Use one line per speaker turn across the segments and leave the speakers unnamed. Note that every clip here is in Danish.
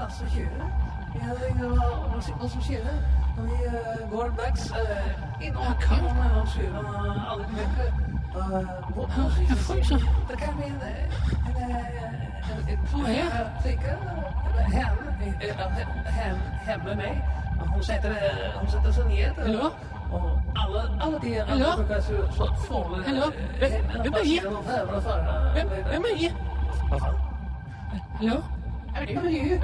Lasse kjøre. Jeg ringer hva som skjer. Når vi går dags ind over kammerne og søger alle de væk. Jeg fryser. Der kan vi en flikke, her med mig. Og hun sætter sig ned.
Hallo?
Og alle de her...
Hallo?
Hallo?
Hvem er I? Hvem er I? Hallo?
Hvem er I?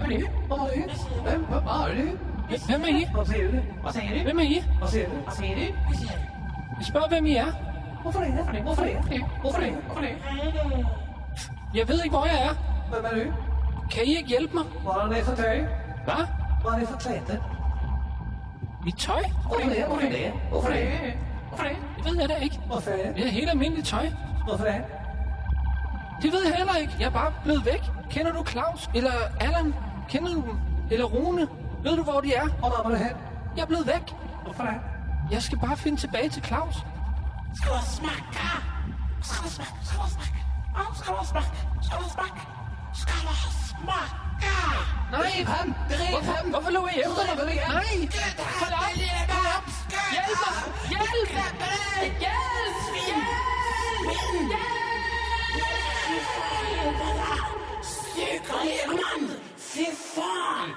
Hvem er I?
Hvad siger du? Hvad siger du?
Hvem er I?
Hvad siger du? Hvad siger du?
Jeg spørger, hvem I er.
Hvorfor det?
Jeg ved ikke, hvor jeg er.
Hvem er du?
Kan I ikke hjælpe mig?
Hvad er det for tøj?
Hvad?
Hvad er det for klæde?
Mit tøj?
Hvorfor det?
Det ved jeg da ikke.
Hvorfor det?
Det er helt almindeligt tøj.
Hvorfor det?
Det ved jeg heller ikke. Jeg er bare blevet væk. Kender du Claus? Eller Allan? Kender du dem? Eller Rune? Ved du, hvor de er?
Hvor er du hen?
Jeg er blevet væk.
Hvorfor det?
Jeg skal bare finde tilbage til Claus. Nej, hvorfor lå I efter mig? Nej, hold op, hold op. Hjælp mig, hjælp,
Fy fan!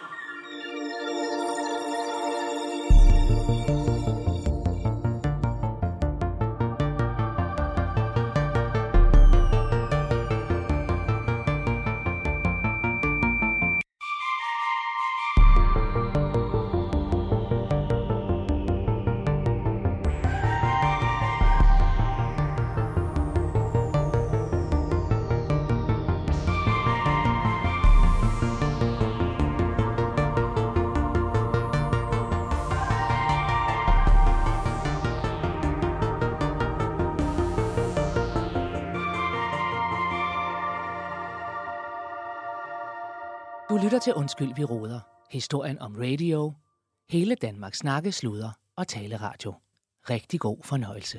Du lytter til Undskyld, vi råder. Historien om radio, hele Danmarks snakke, sludder og taleradio. Rigtig god fornøjelse.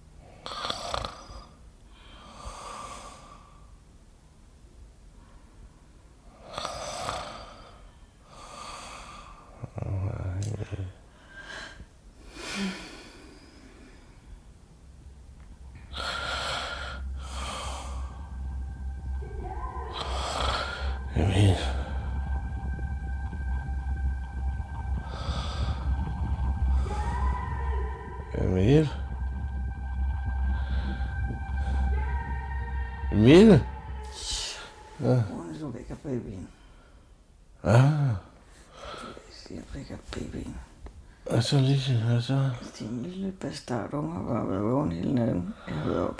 Emil?
Ja. Du vækker babyen. Jeg vækker babyen.
Og så Lise, hvad så?
Din lille bastardunge har bare været vågen hele natten. Jeg har været op.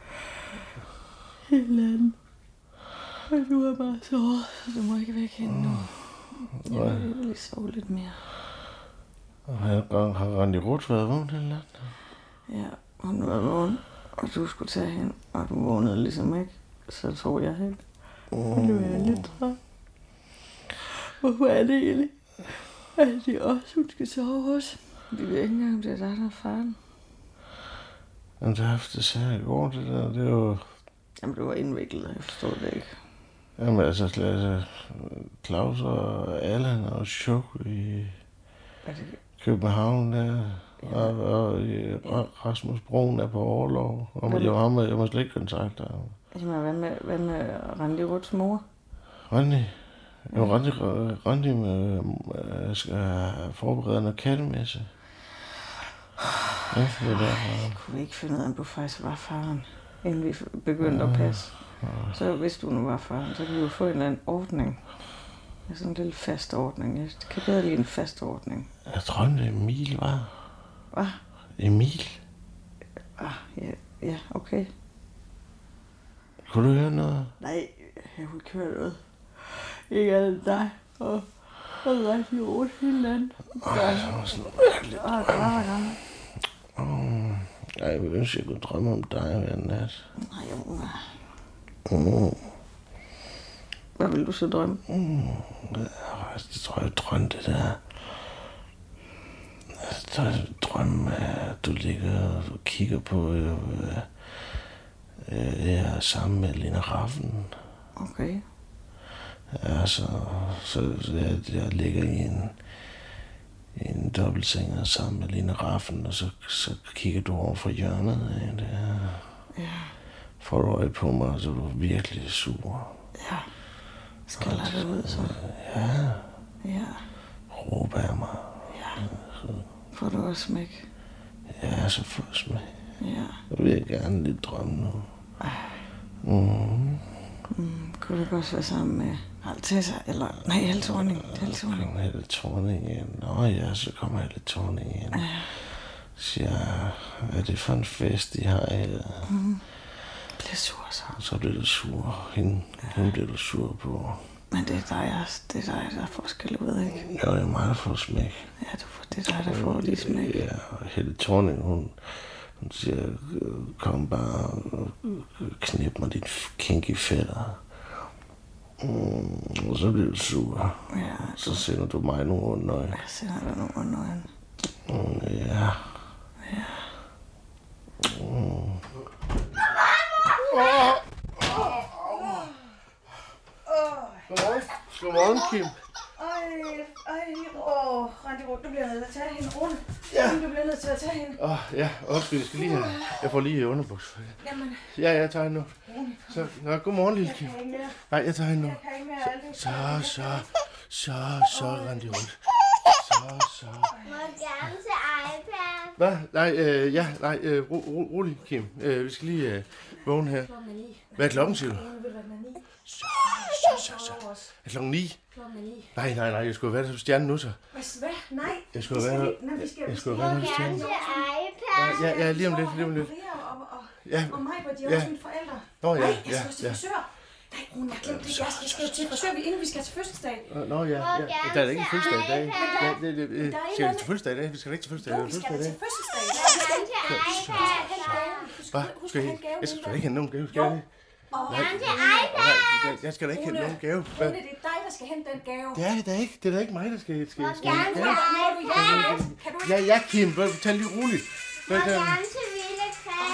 Hele natten. Og du er bare såret, så du må ikke væk hende nu. Jeg vil lige sove lidt mere.
Og har Randi Roth været vågen hele natten?
Ja, hun var vågen, og du skulle tage hende, og du vågnede ligesom ikke. Så tog jeg hende. Og du er lidt træt. Hvorfor er det egentlig? Er det også, hun skal sove hos? Vi ved ikke engang, om det er dig, der er faren.
Jamen, det har haft det særligt i går, det der. Det er jo...
Jamen, du var indviklet, jeg forstår det ikke.
Jamen, altså Claus og Allan og Chuk i København der. Ja. Og Rasmus Broen er på overlov. Og jeg må slet ikke kontakte ham.
Jamen, hvad med Randi Roths mor?
Randi? Jo, Randi skal forberede noget kattemesse. Ja, det er derfor.
Jeg kunne ikke finde ud af, om du faktisk var faren, inden vi begyndte at passe. Så hvis du nu var faren, så kan vi jo få en eller anden ordning. Sådan en lille fast ordning. Jeg kan bedre lide en fast ordning.
Jeg tror, det Emil var.
Hvad?
Emil?
Ja, okay.
Kunne du høre noget?
Nej, jeg kunne ikke høre noget. Ikke andet dig og rigtig roligt hele natten.
Det var sådan mærkeligt. Jeg ville ønske, jeg kunne drømme om dig hver nat.
Nej, jeg Hvad vil du så drømme?
Det tror jeg drømte det der. Jeg drømme, at du ligger og kigger på jeg er sammen med Lena Raffen.
Okay.
Ja, så jeg ligger i en dobbeltseng sammen med Lene Raffen, og så kigger du over fra hjørnet af det her.
Ja.
Får du øje på mig, så er du virkelig sur.
Ja. Skælder det ud, så?
Ja.
Ja.
Råber af mig.
Ja. Får du også smæk?
Ja, så får jeg smæk.
Ja.
Jeg vil gerne lidt drømme nu.
Kunne du godt være sammen med Altessa, eller nej, Helle Thorning.
Helle Thorning igen. Nå ja, så kommer Helle Thorning igen.
Ja.
Siger, hvad er det for en fest, de har her?
Bliver sur så.
Så bliver du sur. Hende bliver du sur på.
Men det er dig også. Det er dig, der får skæld ud, ikke?
Ja, det er mig, der får smæk.
Ja, det er dig, der får de smæk.
Ja, og Helle Thorning, hun siger, kom bare og knip mig dit kinky fætter. Og så bliver du sur.
Ja,
så sender du mig nogle onde øjne.
Jeg sender dig nogle onde øjne.
Ja.
Ja.
Godmorgen, Kim.
Randi, du bliver nødt til at tage hende, Rune.
Ja.
Du bliver nødt til at tage hende.
Ja, undskyld, jeg skal lige have. Jeg får lige underbuks.
Jamen.
Ja, jeg tager hende nu. Så, godmorgen, lille Kim. Nej, jeg tager hende nu.
Jeg kan ikke mere alt det.
Så, Randi rundt. Så.
Må jeg gerne til iPad?
Hvad? Nej, rolig, Kim. Vi skal lige vågne her. Hvad er klokken, siger du? Så. Er klokken 9? Nej, jeg skulle være der som stjerne nu, så.
Hvad? Nej.
Jeg skulle være der. Jeg skulle være der som stjerne.
Til iPad?
Ja, lige om lidt. Ja.
Og mig, hvor de er også mine forældre.
Nå, ja.
Nej, jeg skal til frisør. Nej, Rune, jeg glemte det. Jeg skal til frisør, inden vi skal til fødselsdag.
Nå, ja. Der er da ikke fødselsdag i dag. Skal vi til fødselsdag i dag? Vi skal ikke til fødselsdag.
Jo, vi skal til fødselsdag.
Gerne til iPad?
Hvad? Skal jeg? Jeg skal da ikke have nogen gave, skal jeg det?
Gerne til iPad?
Jeg skal da ikke have nogen gave.
Rune, det er dig, der skal hente den gave.
Det er det da ikke. Det er da ikke mig, der skal
Gerne til
gave.
iPad?
Ja, Kim. Tag lige roligt.
Må jeg gerne til Ville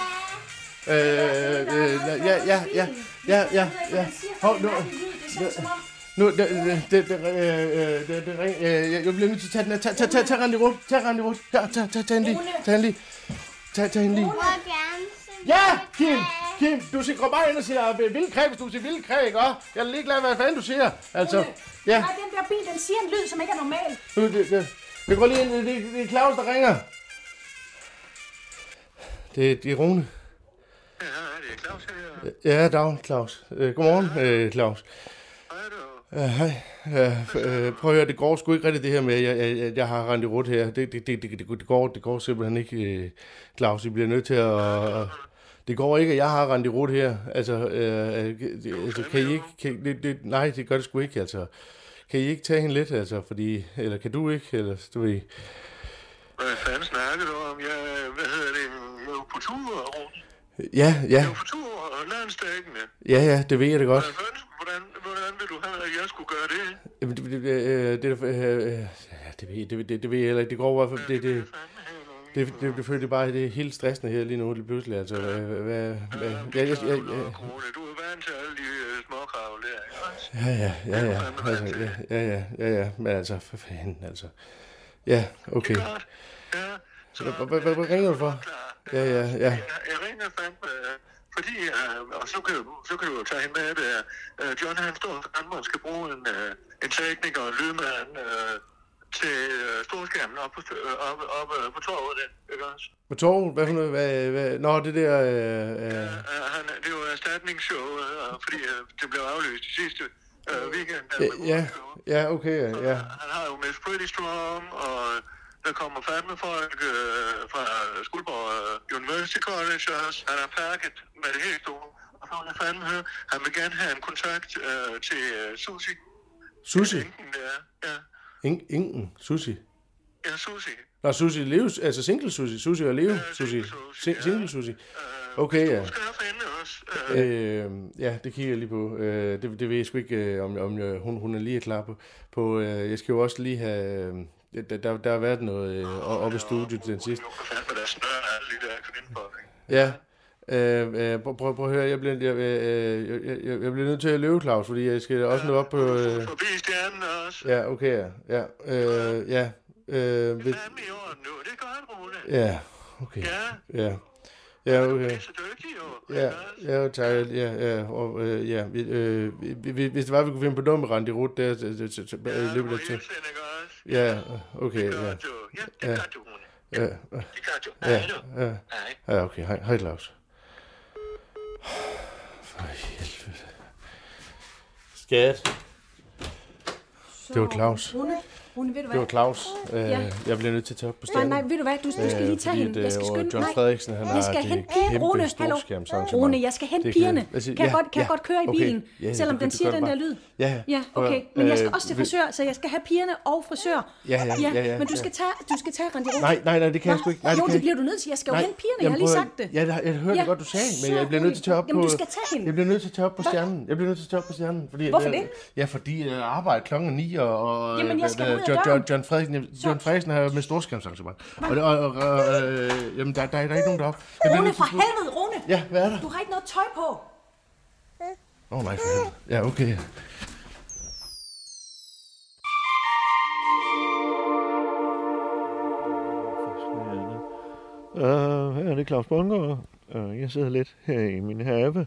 Kræ?
Ja. Hov, nu, jeg bliver nødt til at tage den her. Tag Randi rundt. Tag hende lige. Tag hende lige.
Må jeg gerne til
Ja, Kim, du skal gå bare ind og sige vildkræ, hvis du siger vildkræ, ikke? Jeg er lige glad, hvad fanden du siger. Altså, ja.
Nej, den der bil, den siger en lyd, som ikke er normal.
Det går lige ind. Det er Claus, der ringer. Det er Rune.
Ja, det er Claus her.
Ja, dag, Claus. Godmorgen, Claus. Hej. Prøv at høre, det går sgu ikke rigtigt det her med, jeg har Randi Ruth her. Det går simpelthen ikke, Claus. I bliver nødt til at... Det går ikke, at jeg har Randi Ruth her. Altså, kan I ikke... Nej, det gør det sgu ikke, altså. Kan I ikke tage hende lidt, altså, fordi... Eller kan du ikke, eller du ved...
Hvad fanden snakker du om? Jeg er jo på tur, Rune.
Ja.
Jeg er jo på tur og landsdækkende.
Ja, det ved jeg da godt.
Hvordan vil du have, at jeg skulle gøre det?
Jamen, det ved jeg heller ikke. Det går i hvert fald... Det føler bare, det er helt stressende her lige nu, lige pludselig. Altså,
Du er vant til alle de småkrav der, ikke?
Ja. Men altså, for fanden, altså. Ja, okay.
Det er godt. Ja. Så,
hvad ringer du for? Ja.
Jeg ringer fandme, fordi, og så kan du jo tage hende med der. John, han står for man skal bruge en tekniker og en lydmand til storskærmen oppe på torvet der, ikke også?
På torvet? Hvad? Nå, det der...
Det var erstatningsshowet, fordi det blev aflyst i sidste weekend.
Ja, okay, ja.
Han har jo Miss Pretty Strong, og der kommer fandme folk fra Skuldborg University College også. Han har pakket med det helt store. Og så vil jeg fandme høre, han vil gerne have en kontakt til Susi.
Susi?
Inken der, ja.
Ingen? Susi?
Ja, Susi.
Nå, Susi Leves, altså single Susi. Susi og Leve Susi. Single Susi. Okay, ja.
Du skal finde også.
Ja, det kigger jeg lige på. Det ved jeg sgu ikke, om hun er lige klar på. Jeg skal jo også lige have... Der har været noget oppe i studiet den sidste.
Nu kan fandme da snøre alle de der kvindefolk.
Ja. Prøv at høre, jeg bliver nødt til at løbe, Claus, fordi jeg skal også nå op på...
Forbi stjernen også.
Ja, okay, ja.
Det er med i orden nu, det er godt, Rune.
Ja, okay.
Ja.
Ja,
Du
okay.
er så dygtig, jo.
Ja, tak. Ja, og hvis det var, vi kunne finde på Dummerand i rut, der løbet af til. Ja, okay,
det gør du. Ja, det gør du, Rune.
Ja.
Det gør du. Hej, du. Hej.
Ja, okay. Hej, Claus. For helvede. Skat. Det var Claus.
Rune, ved du hvad?
Det var Claus. Jeg bliver nødt til at tage op på stedet.
Nej, ved du hvad? Du skal lige tage hende. Jeg skal skynde.
John Frederiksen, han
jeg skal hente pigerne. Rune, hallo. Rune, jeg skal hente pigerne. Kan jeg godt køre i bilen, selvom den siger den der lyd?
Ja,
okay. Men jeg skal også til frisør, så jeg skal have pigerne og frisør.
Ja.
Men du skal tage Randirot.
Nej, det kan jeg sgu ikke.
Jo, det bliver du nødt til. Jeg skal jo hente pigerne, jeg har lige sagt det.
Jeg hørte det godt, du sagde, men jeg bliver nødt til at tage op på...
Jamen, du skal tage hende.
Jeg bliver nødt til at tage op på stjernen.
Hvorfor det?
Ja, fordi jeg arbejder klokken 9, og
jamen, jeg skal ud af døren.
John Frederiksen har med storskærmsarrangement. Jamen, der er ikke nogen deroppe.
Rune, for helvede, Rune!
Ja, hvad er der?
Du har ikke noget tøj på.
Nej, for helvede. Ja, okay. Her er det Claus Bundgaard. Jeg sidder lidt her i min have.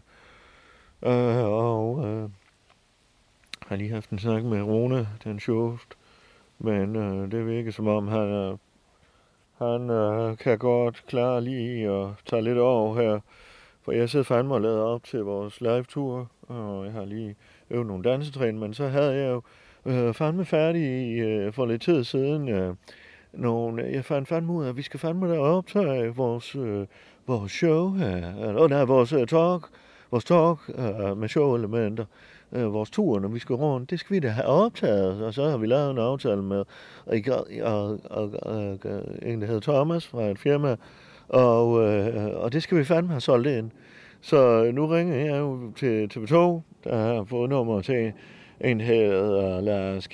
Og har lige haft en snak med Rune, den sjovt. Men det virker som om, han kan godt klare lige at tage lidt over her. For jeg sidder fandme og lader op til vores live-tur, og jeg har lige øvet nogle dansetræn, men så havde jeg jo fandme færdig for lidt tid siden. Jeg fandt fandme ud af, at vi skal fandme da optage vores show her. Vores talk med show-elementer. Vores tur, når vi skal rundt, det skal vi da have optaget. Og så har vi lavet en aftale med en, der hedder Thomas fra et firma, og det skal vi fandme have solgt ind. Så nu ringer jeg jo til TV2, der har fået nummer til en, der hedder Lars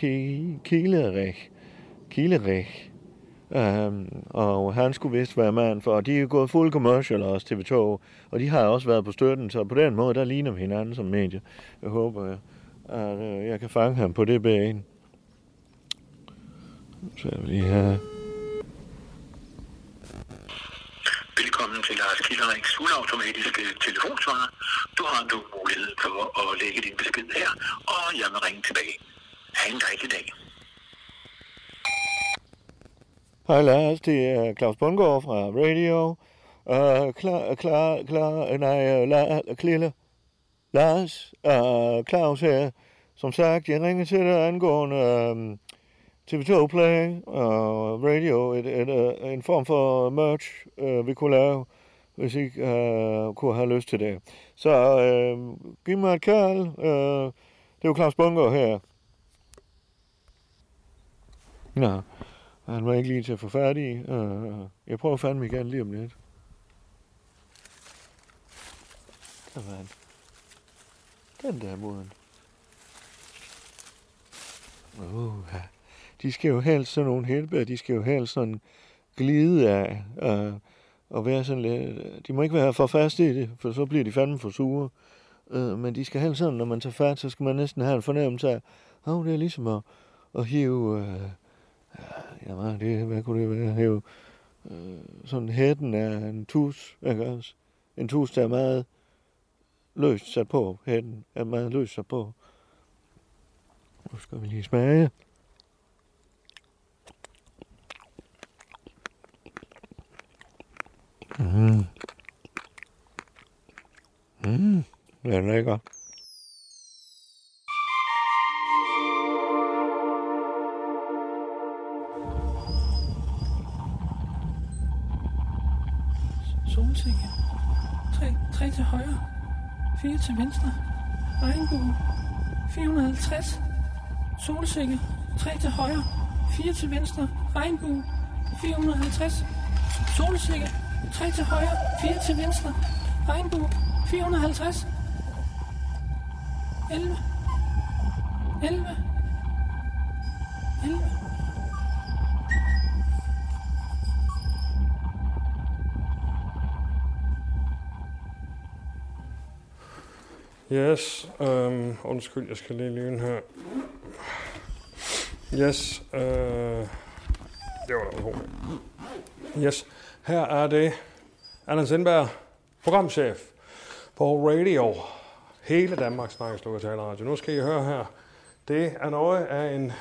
Kilerich. Og han skulle vist være mand for, og de er gået fuld commercial også, TV2, og de har også været på støtten, så på den måde, der ligner vi hinanden som medie. Jeg håber, at jeg kan fange ham på det ben. Så jeg vil lige have...
Velkommen til Lars Kilerichs fuldautomatiske telefonsvarer. Du har nu mulighed for at lægge din besked her, og jeg vil ringe tilbage. Ha' en dejlig dag.
Hej Lars, det er Claus Bundgaard fra Radio. Lars, Claus her. Som sagt, jeg ringer til dig angående TV2 Play og Radio, en form for merch, vi kunne lave, hvis I kunne have lyst til det. Så giv mig et kald. Det er jo Claus Bundgaard her. Nå. Han var ikke lige til at få færdig. Jeg prøver fandme igen lige om lidt. Der var han. Den der moden. Ja. De skal jo helst sådan nogle helbær, de skal jo helst sådan glide af. Og være sådan lidt... De må ikke være for fast i det, for så bliver de fandme for sure. Men de skal helst sådan, når man tager fat, så skal man næsten have en fornemmelse af, det er ligesom at hive... hvad kunne det være? Hæve sådan hætten af en tus, ikke også? En tus, der er meget løst sat på. Hætten er meget løst sat på. Nu skal vi lige smage. Det er lækker.
Solsikke. 3 til højre. 4 til venstre. Regnbue. 450. Solsikke. 3 til højre. 4 til venstre. Regnbue. 450. Solsikke. 3 til højre. 4 til venstre. Regnbue. 450. 11. 11. 11.
Yes. Undskyld, jeg skal lige lyne her. Yes. Det var da en Yes. Her er det Allan Sindberg, programchef på radio. Hele Danmarks snakkeslukker taleradio. Nu skal I høre her. Det er noget af en...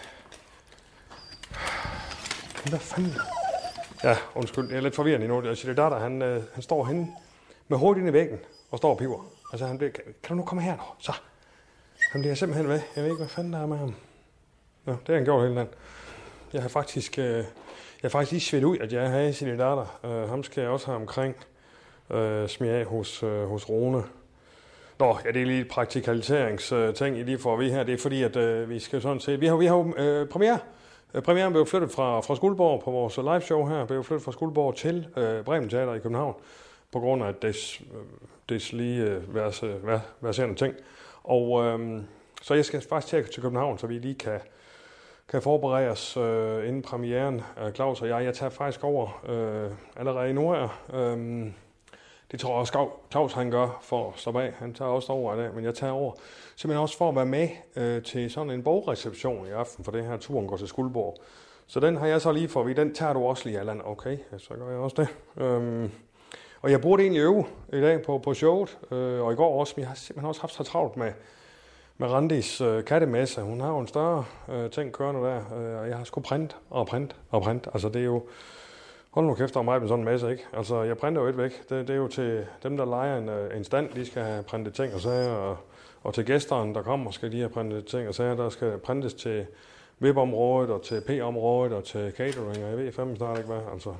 Hvad fanden? Ja, undskyld. Jeg er lidt forvirrende nu. Jeg siger, det er der, han står henne med hovedet inde i væggen og står og piver. Altså, han bliver... Kan du nu komme her nu? Så. Han bliver simpelthen ved. Jeg ved ikke, hvad fanden der er med ham. Nå, det har han gjort hele dagen. Jeg har faktisk lige svedt ud, at jeg er her i sine datter. Ham skal jeg også have omkring smide af hos Rune. Nå, ja, det er lige et praktikaliseringsting, I lige får at vide her. Det er fordi, at vi skal sådan se... Vi har jo premiere. Premieren blev flyttet fra Skuldborg på vores live show her. Blev flyttet fra Skuldborg til Bremen Teater i København. På grund af des lige verserende ting. Og så jeg skal faktisk til København, så vi lige kan forberede os inden premieren. Claus og jeg tager faktisk over allerede nu her. Det tror jeg også, Claus han gør for at stoppe af. Han tager også over i dag, men jeg tager over. Simpelthen også for at være med til sådan en bogreception i aften, for det her turen går til Skuldborg. Så den har jeg så lige for at vide. Den tager du også lige, Allan. Okay, så gør jeg også det. Og jeg burde egentlig øve i dag på showet, og i går også. Men jeg har simpelthen også haft så travlt med Randis kattemesse. Hun har jo en større ting kørende der, og jeg har sgu print. Altså det er jo... Hold nu kæft om mig med sådan en masse, ikke? Altså, jeg printer jo et væk. Det er jo til dem, der lejer en stand, de skal have printet ting og sager, og til gæsterne, der kommer, skal de have printet ting og sager. Der skal printes til VIP-området, og til P-området, og til catering, og jeg ved fandme snart ikke hvad, altså.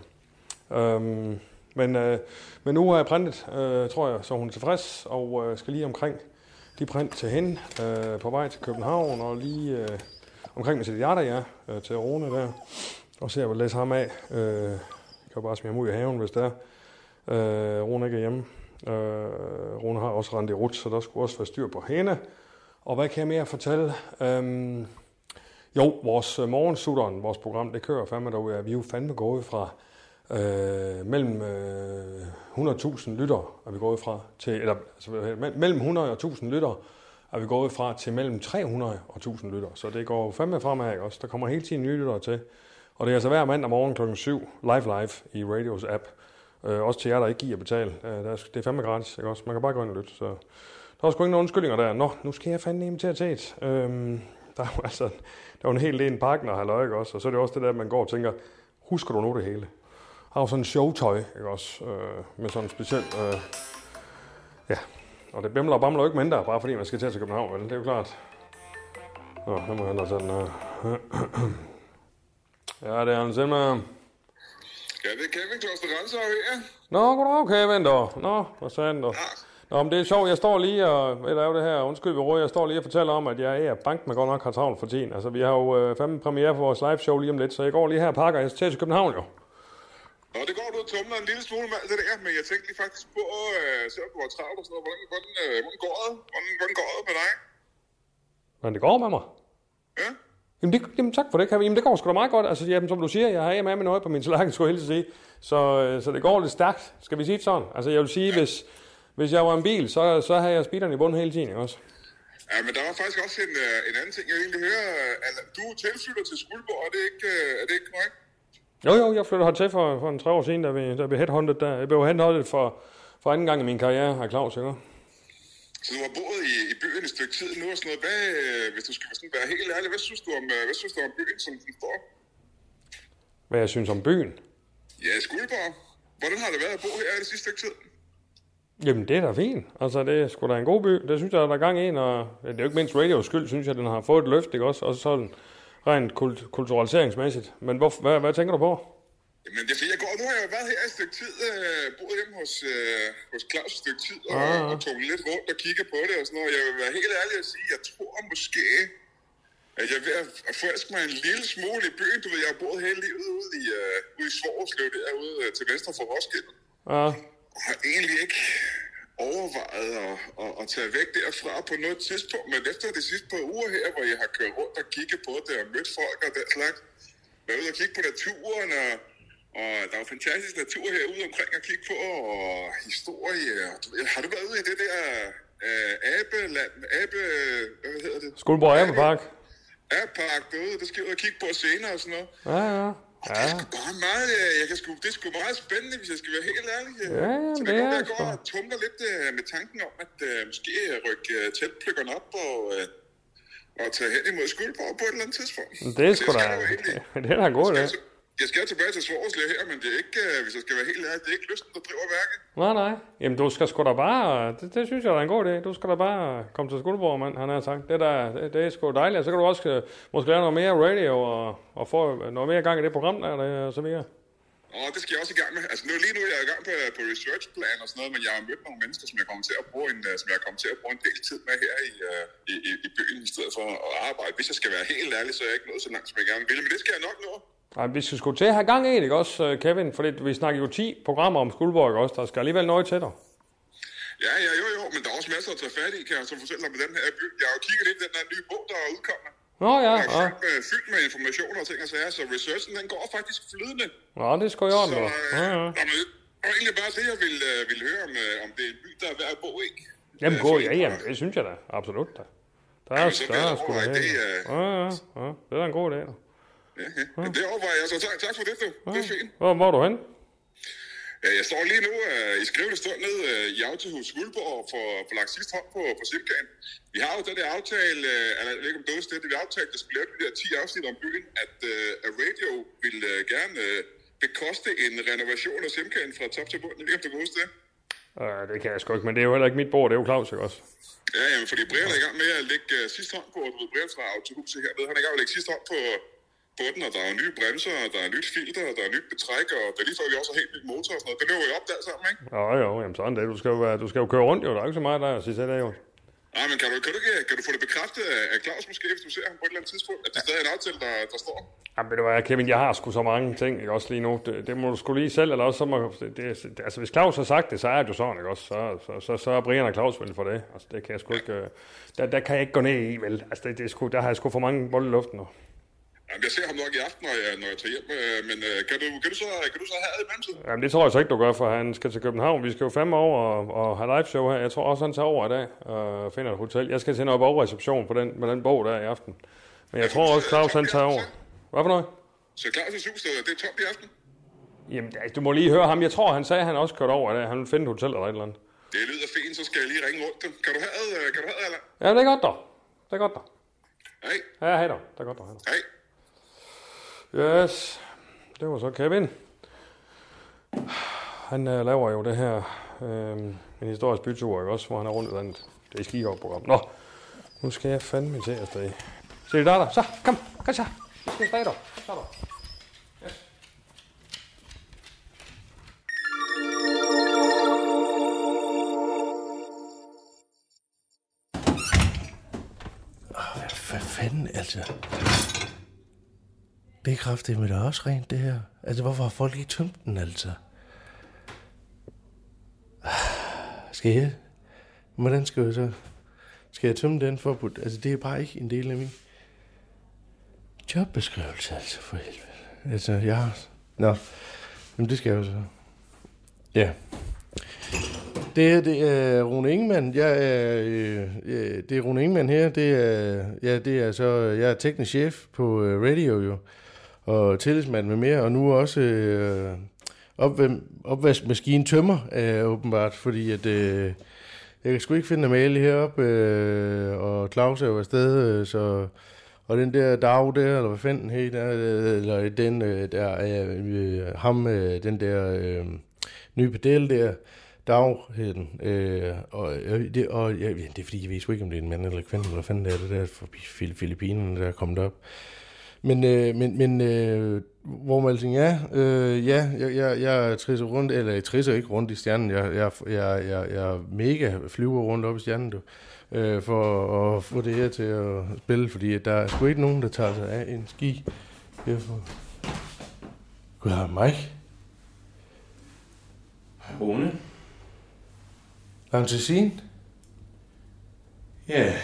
Men nu har jeg printet, tror jeg, så hun er tilfreds, og skal lige omkring de print til hende på vej til København, og lige omkring med sit hjerte, til Rune der, og se, jeg vil læse ham af. Jeg kan bare smide ham ud i haven, hvis det er. Rune ikke er hjemme. Rune har også rendt i rut, så der skulle også være styr på hende. Og hvad kan jeg mere fortælle? Jo, vores morgensutteren, vores program, det kører fandme derude. Vi er jo fandme gået fra mellem 100.000 lytter, er vi gået fra til, eller altså, mellem 100 og 1000 lytter, er vi gået fra til mellem 300 og 1000 lytter. Så det går fandme fremad, ikke også? Der kommer hele tiden nye lyttere til. Og det er altså hver mandag morgen kl. 7, live i Radios app. Også til jer, der ikke giver at betale. Det er fandme gratis, ikke også? Man kan bare gå ind og lytte. Så der er sgu ingen undskyldninger der. Nå, nu skal jeg fandme invitere til et. Der er jo altså, der er jo en hel del partner, halløj, ikke også? Og så er det også det der, man går og tænker, husker du nu det hele? Har jo sådan en showtøj, ikke også? Med sådan en speciel... ja, og det bimler og bamler jo ikke mindre, bare fordi man skal til København, vel? Det er jo klart. Nå, nu må jeg hellere tage den her. Ja, det er han selv med.
Ja, det er Kevin Kloster Renser her.
Nå, goddag, Kevin, dog. Nå, hvad sagde han dog? Nå, men det er sjovt, jeg står lige og... Hvad er det her? Undskyld, vi råder. Jeg står lige og fortæller om, at jeg er bank med godt nok har travlt for tiden. Altså, vi har jo fandme premiere på vores live show lige om lidt, så jeg går lige her og pakker. Jeg skal til København, jo.
Nå, det går du og tumler en lille smule med det der, men jeg tænkte lige faktisk på, selvom du var travlt og sådan noget, hvordan går det med dig?
Hvordan det går med mig?
Ja?
Jamen tak for det, Kevin. Jamen det går sgu da meget godt. Altså, jamen, som du siger, jeg har med noget på min tallerken, skulle jeg helst sige. Så det går lidt stærkt. Skal vi sige det sådan? Altså, jeg vil sige, hvis jeg var en bil, så havde jeg speederen i bunden hele tiden, ikke også?
Ja, men der var faktisk også en anden ting, jeg egentlig hører. Du tilflytter til Skuldborg, er det ikke korrekt?
Jo, jeg flyttede hertil for en 3 år siden, da vi headhunted der. Jeg blev headhunted for anden gang i min karriere af Claus, ikke?
Så du har boet i byen et stykke tid nu og sådan noget. Hvis du skal sådan være helt ærlig, hvad synes du om byen, som den står?
Hvad jeg synes om byen?
Ja, Skuldborg. Hvordan har det været at bo her i det sidste stykke tid?
Jamen, det er da fint. Altså, det er sgu da en god by. Det synes jeg, der er gang i en, og det er jo ikke mindst radios skyld, synes jeg, den har fået et løft, ikke også? Og sådan rent kulturaliseringsmæssigt. Men hvad tænker du på?
Jamen, det er fordi, nu har jeg jo været her et stykke tid, boet hjemme hos Claus et stykke tid, og tog lidt rundt og kigge på det og sådan noget. Jeg vil være helt ærlig at sige, jeg tror måske, at jeg er ved at forelske mig en lille smule i byen. Du ved, jeg har boet hele livet ude i Svorslev, derude til venstre for Roskilde.
Ja.
Og har egentlig ikke overvejet at tage væk derfra på noget tidspunkt, men efter de sidste par uger her, hvor jeg har kørt rundt og kigget på det og mødt folk og den slags, været ude og kigge på naturen, og der er jo fantastisk natur herude omkring at kigge på, og historie. Har du været ude i det der hvad hedder det?
Skuldborg Abepark.
Abepark derude, der skal jeg ud og kigge på senere og sådan noget.
Ja.
Det er sgu bare meget, det er sgu meget spændende, hvis jeg skal være helt ærlig.
Ja,
så
det er
jeg går og tumler lidt med tanken om, at måske rykke teltplykkerne op og tage hen imod Skuldborg på et eller andet tidspunkt.
Det er sgu da, det er da en god idé.
Jeg skal tilbage til Svorslev her, men det er ikke, hvis jeg skal være helt ærlig, det er ikke lysten, der driver værket.
Nej. Jamen, du skal sgu da bare, det synes jeg, der er en god idé. Du skal da bare komme til Skuldborg, mand, han har sagt. Det er sgu dejligt. Så kan du også måske lave noget mere radio og få noget mere gang i det program der og så videre.
Det skal jeg også i gang med. Altså lige nu er jeg i gang på researchplan og sådan noget, men jeg har mødt nogle mennesker, som jeg kommer til at bruge en del tid med her i byen, i stedet for at arbejde. Hvis jeg skal være helt ærlig, så er jeg ikke nået så langt, som jeg gerne vil, men det skal jeg nok nå.
Nej, vi skal sgu til at have gang i det, ikke også, Kevin? Fordi vi snakker jo 10 programmer om Skuldborg, ikke også? Der skal alligevel noget til dig.
Ja, jo, men der er også masser at tage fat i, kan jeg så fortælle dig med den her by. Jeg har jo kigget lidt i den der nye bog, der er udkommet.
Ja.
Der er fyldt med informationer og ting og sager, så researchen, den går faktisk flydende.
Ja, det er sgu i orden, da.
Og egentlig bare det, jeg vil høre om det er en by, der er værd at bo i.
Jamen, jamen, det synes jeg da. Absolut da. Der er sgu da det. Ja, det er en god idé, da.
Ja. Det overvejer jeg, så tak for det, du. Det er fint.
Hvor er du hen?
Jeg står lige nu i skrivende stund ned i Autohus Skuldborg og får lagt sidst hånd på Simkagen. Vi har jo den der aftale, eller jeg ved ikke om det er det, vi har aftalt, der skulle lave de der 10 afsnit om byen, at radio ville gerne bekoste en renovation af Simkagen fra top til bund. Jeg ved ikke, om du kan huske det?
Det kan jeg sgu ikke, men det er jo heller ikke mit bord, det er jo Claus, ikke også?
Ja, jamen, fordi Brian er i gang med at lægge sidst hånd på, du ved, Brian fra Autohus hernede, han er i gang med at lægge sidst hånd på den, og der er nye bremser, og der er nyt filter, og der er nyt betræk, og det er lige før vi også har helt nyt motor og sådan noget. Det løber jo op der sammen, ikke?
Jo, jamen sådan det. Du skal jo køre rundt, jo. Der er ikke så meget der at sige til det, jo.
Nej, men kan du få det bekræftet af Claus måske, hvis du ser ham på et eller andet tidspunkt, at det stadig er en aftale, der står?
Jamen, ved du hvad, Kevin, jeg har sgu så mange ting, ikke også lige nu. Det må du sgu lige selv, eller også så må... altså, hvis Claus har sagt det, så er det jo sådan, ikke også? Så er Brian og Claus vel for det. Altså, det kan jeg sgu ikke... Der kan jeg ikke gå ned i, vel? Altså, der har jeg sgu for mange bolde i luften nu.
Jamen, jeg ser ham nok i aften, når jeg tager hjem, men kan du så have det i mellemtiden?
Jamen, det tror jeg så ikke, du gør, for han skal til København. Vi skal jo fandme over og have live show her. Jeg tror også, han tager over i dag og finder et hotel. Jeg skal til noget bogreception med den bog der i aften. Men jeg tror også, Claus han tager over. Hvad for noget?
Så Claus' hus, det er tomt i aften?
Jamen, du må lige høre ham. Jeg tror, han sagde, at han også kørte over i dag. Han vil finde et hotel eller et eller andet.
Det lyder fint, så skal jeg lige ringe rundt. Kan du have det, eller?
Ja, det er godt, dog. Det er godt, dog.
Hej.
Ja, hej dog. Det er godt, dog.
Hej.
Yes, det var så Kevin. Han laver jo det her, en historisk bytur, ikke også, hvor han er rundt i landet. Det er skihoppe-program. Nå, nu skal jeg fandme til afsted. Se det der. Så, kom så. Vi skal afsted, dog. Så dog. Yes.
Hvad fanden, altså? Det er kraftedeme da også rent, det her. Altså, hvorfor har folk ikke tømt den, altså? Skal jeg? Hvordan skal jeg så? Skal jeg tømme den for? Altså, det er bare ikke en del af min jobbeskrivelse, altså, for helvede. Altså, jeg har... Nå, men det skal jeg jo så. Ja. Det er Rune Ingemann. Det er Rune Ingemann her. Det er så... Jeg er teknisk chef på radio, jo. Og tillidsmand med mere, og nu også opvaskemaskinen tømmer, åbenbart, fordi at jeg kan sgu ikke finde Amalie heroppe, og Claus er jo afsted, så... Og den der Dag der, eller hvad fanden hed der, eller den der er ham, den der nye pedel der, Dag hed den. Det er fordi, jeg ved sgu ikke, om det er en mand eller kvinde, eller hvad fanden det er, det der forbi Filippinerne, der er kommet op. Men hvor man alting er, jeg trisser rundt, eller jeg trisser ikke rundt i stjernen, jeg mega flyver rundt op i stjernen, for at få det her til at spille, fordi der er sgu ikke nogen, der tager sig af en ski. Gud, har Mike?
Rune?
Lancesin?
Ja.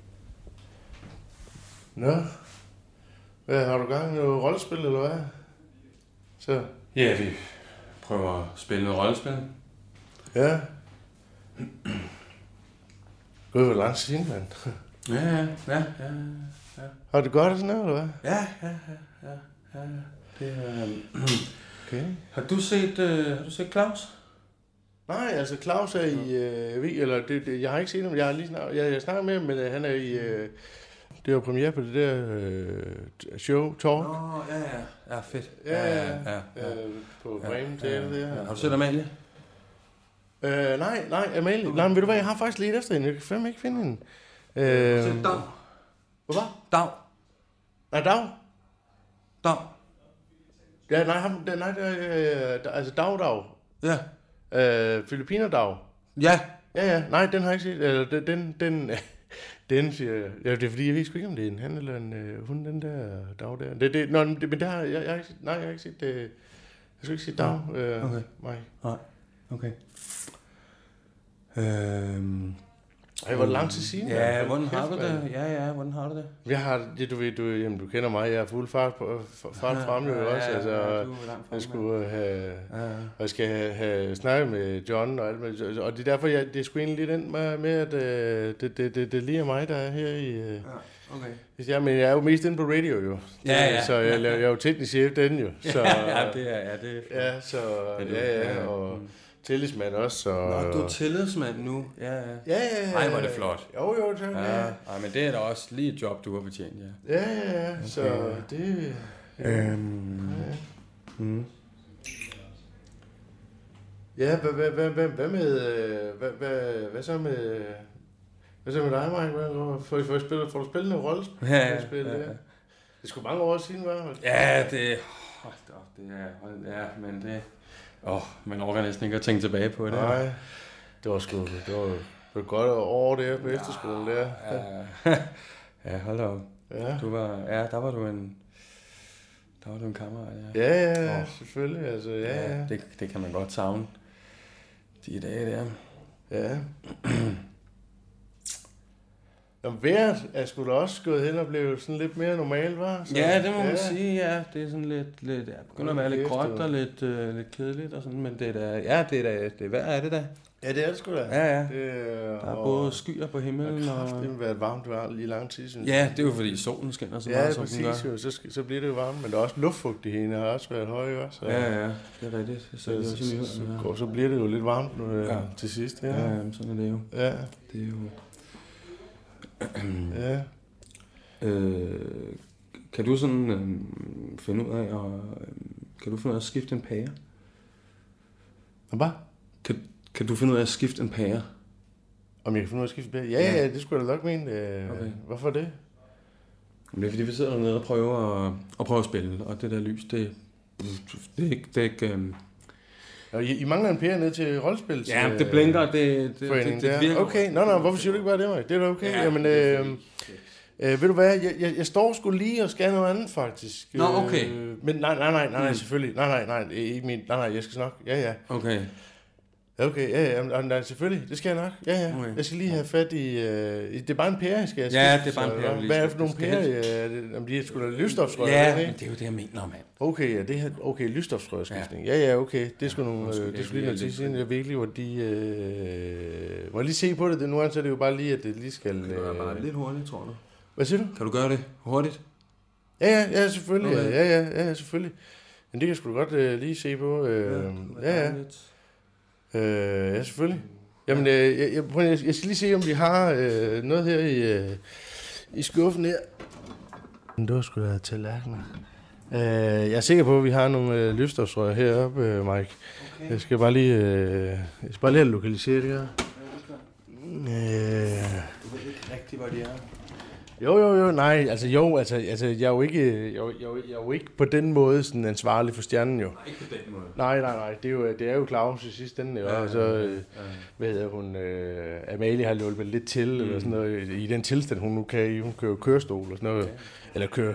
Nå? Hvad, har du gang i noget rollespil, eller hvad? Så?
Ja, vi prøver at spille noget rollespil.
Ja. Gud, hvor lang tid siden, mand.
Ja.
Har du det godt og sådan noget, eller hvad?
Ja. Det er...
Okay.
Har du set Claus?
Nej, altså Claus er i... jeg har ikke set ham. Jeg har lige jeg snakker med ham, men han er i... det var premiere på det der show, Talk.
Ja, fedt.
Ja. På Bremen Teater der.
Har du set Amalie?
Nej, Amalie. Nej, men ved du hvad, jeg har faktisk lidt efter hende. Jeg kan fandme ikke finde hende.
Har du set Dag?
Hvad?
Dag.
Nej, Dag.
Dag.
Ja, altså Dag.
Ja.
Filippinerdag.
Ja.
Ja, nej, den har jeg ikke set. Eller den siger jeg. Ja, det er fordi, jeg ved sgu ikke, om det er en han eller en hun, den der Dag der. Men det har jeg har ikke set. Nej, jeg har ikke set det. Jeg skal ikke se Dag.
Okay.
Nej.
Okay.
Hvor lang tid siden?
Ja, hvordan har du det? Ja, hvordan har du det?
Jeg har det, du ved, du kender mig, jeg er fuld fart frem jo også, altså, jeg skulle have, og jeg skal have snakket med John og alt med, og det er derfor, det er sgu egentlig lidt endt med, at det lige er mig, der er her i,
okay.
Ja, men jeg er jo mest inde på radio jo, så jeg er jo teknisk chef den jo, så,
det er
ja, så, og tillidsmand også, så...
Nå, du er tillidsmand nu. Ja. Ej, hvor er det flot.
Jo, tak.
Ja. Ej, men det er da også lige et job, du har fortjent, ja.
Ja, okay. Så det... Ja, hvad med... Hvad så med... Hvad så med dig, Mike? Får du spillet en rollespil?
Ja.
Det er sgu mange år siden, hva'?
Ja, det... Hold da op, det er... Ja, men det... man overgår næsten ikke at tænke tilbage på det.
Nej, det var sgu... Det var et godt år der på efterskolen der.
Ja, hold da op.
Ja.
Der var du en kammerat, ja.
Ja, selvfølgelig, altså, ja.
Det kan man godt savne, de dage der.
Ja. Jamen, vejret er sgu da også gået hen og blevet sådan lidt mere normalt, hva'?
Ja, det må man sige, ja. Det er sådan lidt begynder at være lidt gråt og lidt kedeligt og sådan, men det er da, hvad er det da?
Ja, det er det sgu da.
Ja.
Der
er både skyer på himlen og...
Det har været varmt i lang tid, synes jeg.
Ja, det er jo fordi solen skinner så meget, som den gør.
Ja, præcis jo. Så bliver det jo varmt, men der er også luftfugtigheden har også været høj også.
Ja, det er rigtigt.
Så bliver det jo lidt varmt nu til sidst. Ja,
sådan er det jo.
Ja.
Det er jo...
Ja.
Kan du sådan finde ud af at skifte en pære?
Hvad?
Kan du finde ud af at skifte en pære?
Om jeg kan finde ud af at skifte en pære? Ja, det skulle jeg da nok mene. Okay. Hvorfor det?
Det er fordi vi sidder dernede og prøver at spille, og det der lys, det er ikke
Og I mangler en pære ned til rollespils?
Ja, det blinker, det virker.
Okay, hvorfor siger du ikke bare det, Mike? Det er da okay. Ja, jamen, ved du hvad, jeg står sgu lige og skal noget andet, faktisk.
Nå, okay.
Men nej, selvfølgelig. Nej, ikke min. Nej, jeg skal snakke. Ja.
Okay.
Okay, ja, selvfølgelig. Det skal jeg nok. Ja. Okay. Jeg skal lige have fat i... det er bare en pære, skal jeg sige.
Ja, det er bare en pære.
Hvad er det for nogle pære? Om de er sgu da lysstofsrør?
Ja, men det er jo det, jeg mener, mand.
Okay, ja, det her... Okay, lysstofsrørskiftning. Ja, okay. Det er sgu nogle... det skulle lige noget tid siden. Jeg virkelig, hvor de... må jeg lige se på det? Nu er det jo bare lige, at det lige skal...
Det er bare lidt hurtigt, tror du.
Hvad siger du?
Kan du gøre det hurtigt?
Ja, selvfølgelig. Okay. Ja, selvfølgelig. Men det kan jeg sgu godt lige se på. Ja. Ja, selvfølgelig. Jamen, jeg skal lige se, om vi har noget her i skuffen her. Det var sgu da tallerkener. Jeg er sikker på, at vi har nogle lysstofsrør heroppe, Mike. Okay. Jeg skal bare lige have lokaliseret det her.
Du ved ikke rigtigt, hvor de er.
Jo, nej, altså jeg er jo ikke på den måde sådan ansvarlig for stjernen jo.
Nej, ikke på den måde.
Nej, det er jo Claus i sidste ende, jo, og så, hvad hedder hun, Amalie har hjulpet lidt til, eller sådan noget, i den tilstand, hun nu kan i, hun kører kørestol og sådan noget, eller kører.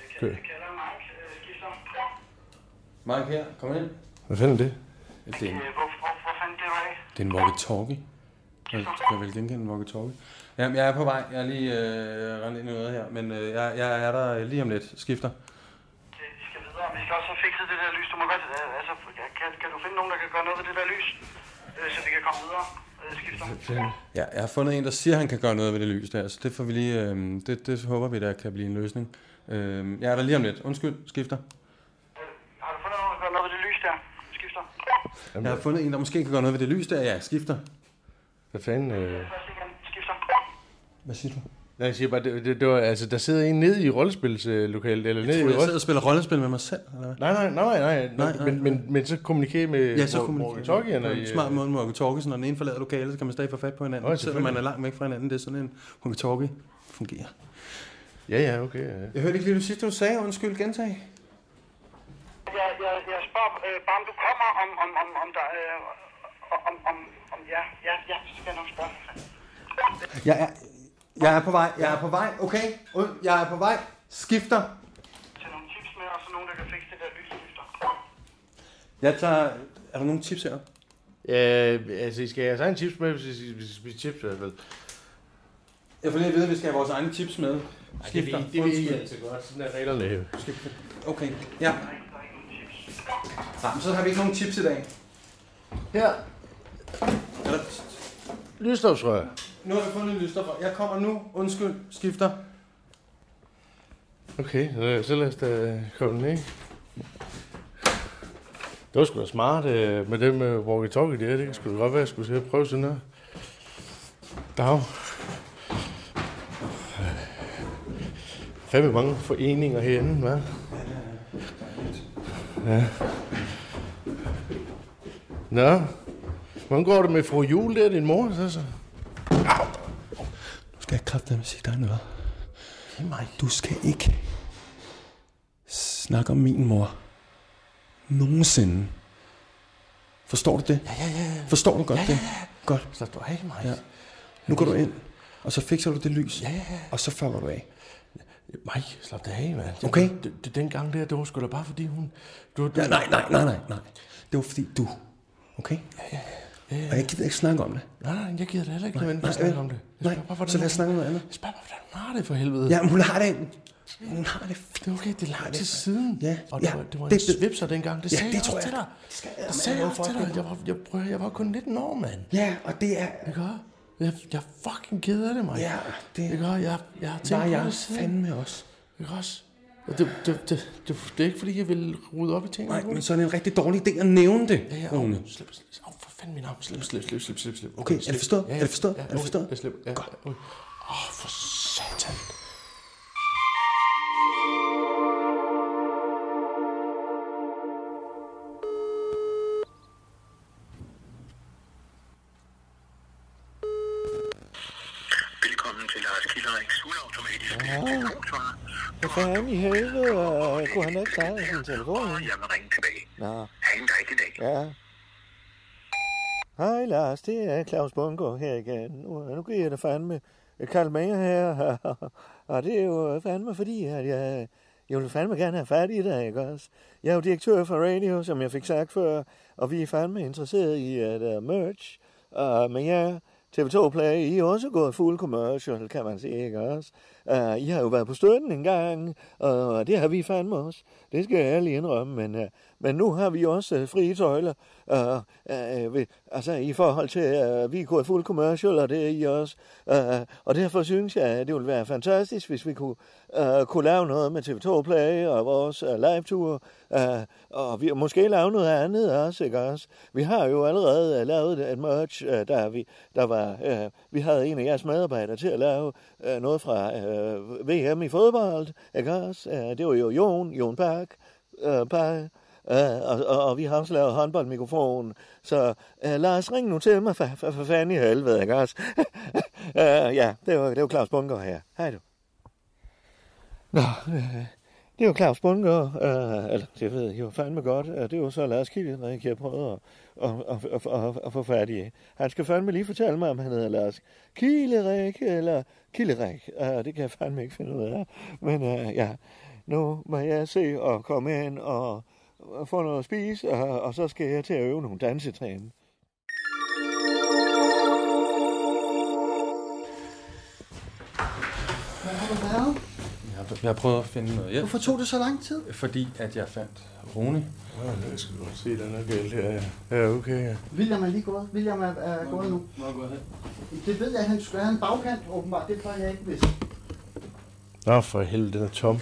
Mike her, kom ind.
Hvad fanden er det?
Hvor fanden det var af? Det er en walkie-talkie. Jeg skal vel genkende en walkie-talkie. Jamen, jeg er på vej. Jeg er lige rendt ind i noget her, men jeg er der lige om lidt. Skifter.
Okay, vi skal videre. Vi skal også have fikset det der lys. Du må godt... Altså, kan du finde nogen, der kan gøre noget ved det der lys? Så vi kan komme videre? skifter.
Ja, jeg har fundet en, der siger, at han kan gøre noget ved det lys der, så det får vi lige, det håber vi, der kan blive en løsning. Jeg er der lige om lidt. Undskyld, skifter.
Har du fundet nogen, der kan gøre noget ved det lys der? Skifter.
Jeg har fundet en, der måske kan gøre noget ved det lys der. Ja, skifter.
Hvad fanden?
Skifter.
Hvad siger du?
Nej, jeg siger bare, det var, altså, der sidder en nede i rollespilslokalet, eller nede i
jeg sidder og spiller rollespil med mig selv, eller hvad?
Nej. Men så kommunikerer med
walkie-talkierne. Smart måde med walkie-talkie, så når den ene forlader lokalet, så kan man stadig få fat på hinanden. Selvom man er langt væk fra hinanden, det er sådan en walkie-talkie fungerer.
Ja, okay. Ja.
Jeg hørte ikke lige, du sidste, du sagde. Undskyld, gentag.
Jeg spørger bare, om du kommer om der... Ja, skal jeg nok spørge.
Jeg er på vej, okay? Jeg er på vej. Skifter.
Til nogle tips med, og så nogen, der kan fikse det der lysskifter.
Jeg tager... Er der nogle tips her?
Altså, I skal have egen chips med, hvis I spiser chips i hvert fald.
Jeg får lige at vide, at vi skal have vores egne chips med.
Skifter. Det vil I altid godt. Sådan er reglerne.
Okay, ja. Så har vi ikke nogen chips i dag.
Her. Lysstofsrør.
Nu har vi fundet en lysstofsrør. Jeg kommer nu. Undskyld. Skifter.
Okay, så lad os da komme den, ikke? Det var sgu da smart med dem walkie-talkie der. Det skulle godt være, at jeg skulle prøve sådan her. Dag. Fandme mange foreninger herinde, hva'? Ja. Nå, hvordan går det med fru Jul der, din mor? Så?
Nu skal jeg kraftedeme sige dig noget. Du skal ikke snakke om min mor. Nogensinde. Forstår du det?
Ja.
Forstår du godt det? Godt.
Så du af mig.
Ja. Nu går du ind, og så fikser du det lys.
Ja.
Og så falder du af.
Mike, slap dig af, mand.
Okay.
Den gang der, det var sgu da bare fordi hun...
Ja, nej. Det var fordi du. Okay?
Ja.
Og jeg gider ikke snakke om det.
Nej, jeg gider da heller ikke nødvendigt snakke om det.
Nej, så lad os snakke om noget andet.
Jeg spørger bare, hvordan hun har det for helvede.
Ja, hun har det fint.
Det er okay, det er lang tid siden.
Ja.
Og det var en svipser dengang. Det sagde jeg også til dig.
Det sagde jeg også til dig.
Jeg var kun 19 år, mand.
Ja, og det er...
Jeg fucking keder det, Mike.
Ja, det...
Jeg har tænkt på det siden.
Fandme også.
Ikke også? Det er ikke, fordi jeg vil rydde op i tingene.
Nej, men så er det en rigtig dårlig idé at nævne det.
Ja, slip. For fanden min arm. Slip.
Okay, er det forstået?
Ja,
er det forstået?
Ja, jeg slipper. Ja.
Godt.
For satan.
Velkommen til Lars Killeræks fuldautomatiske telefonsvarer.
Hvad fanden i helvede? Kunne han ikke klare sin telefon?
Jeg vil ringe tilbage.
Nå.
Ha' en dejlig dag.
Ja. Hej Lars, det er Claus Bundgaard her igen. Nu giver jeg dig fandme kaldt med her. Og det er jo fandme fordi, at jeg vil fandme gerne have fat i dig, ikke også? Jeg er jo direktør for Radio, som jeg fik sagt før, og vi er fandme interesseret i et merch. Men ja, TV2 Play, I er også gået fuld commercial, kan man sige, ikke også? I har jo været på støtten en gang, og det har vi fandme også. Det skal jeg ærligt indrømme, men nu har vi også frie tøjler, altså i forhold til, at vi er gået fuld commercial, og det er I også. Og derfor synes jeg, at det ville være fantastisk, hvis vi kunne lave noget med TV2 Play og vores live-tour, og vi måske lave noget andet også, ikke også? Vi har jo allerede lavet et merch, vi havde en af jeres medarbejdere til at lave noget fra VM i fodbold, ikke også? Det var jo Jon Park, og vi har også lavet håndboldmikrofon, så lad os ringe nu til mig for fanden i helvede, ikke også? Ja, det var Claus Bundgaard her. Hej du. Nå, det er jo Claus Bundgaard, eller det ved jeg jo fandme godt, det er jo så Lars Killeræk, jeg prøvede at få fat i. Han skal fandme lige fortælle mig, om han hedder Lars Killeræk eller Killeræk. Det kan jeg fandme ikke finde ud af. Men ja, nu må jeg se og komme ind og få noget at spise, og så skal jeg til at øve nogle dansetræne.
Hvad har du været?
Jeg har
Jeg har prøvet at finde noget hjælp.
Hvorfor tog det så lang tid?
Fordi at jeg fandt Rune.
Ja, jeg skal godt se, den er galt her. Ja, okay. Ja.
William er lige gået. William er gået nu.
Hvor er gået hen?
Det ved jeg, at han skulle have en bagkant, åbenbart. Det plejer jeg ikke vidste.
Nå, for helvede, den er tom.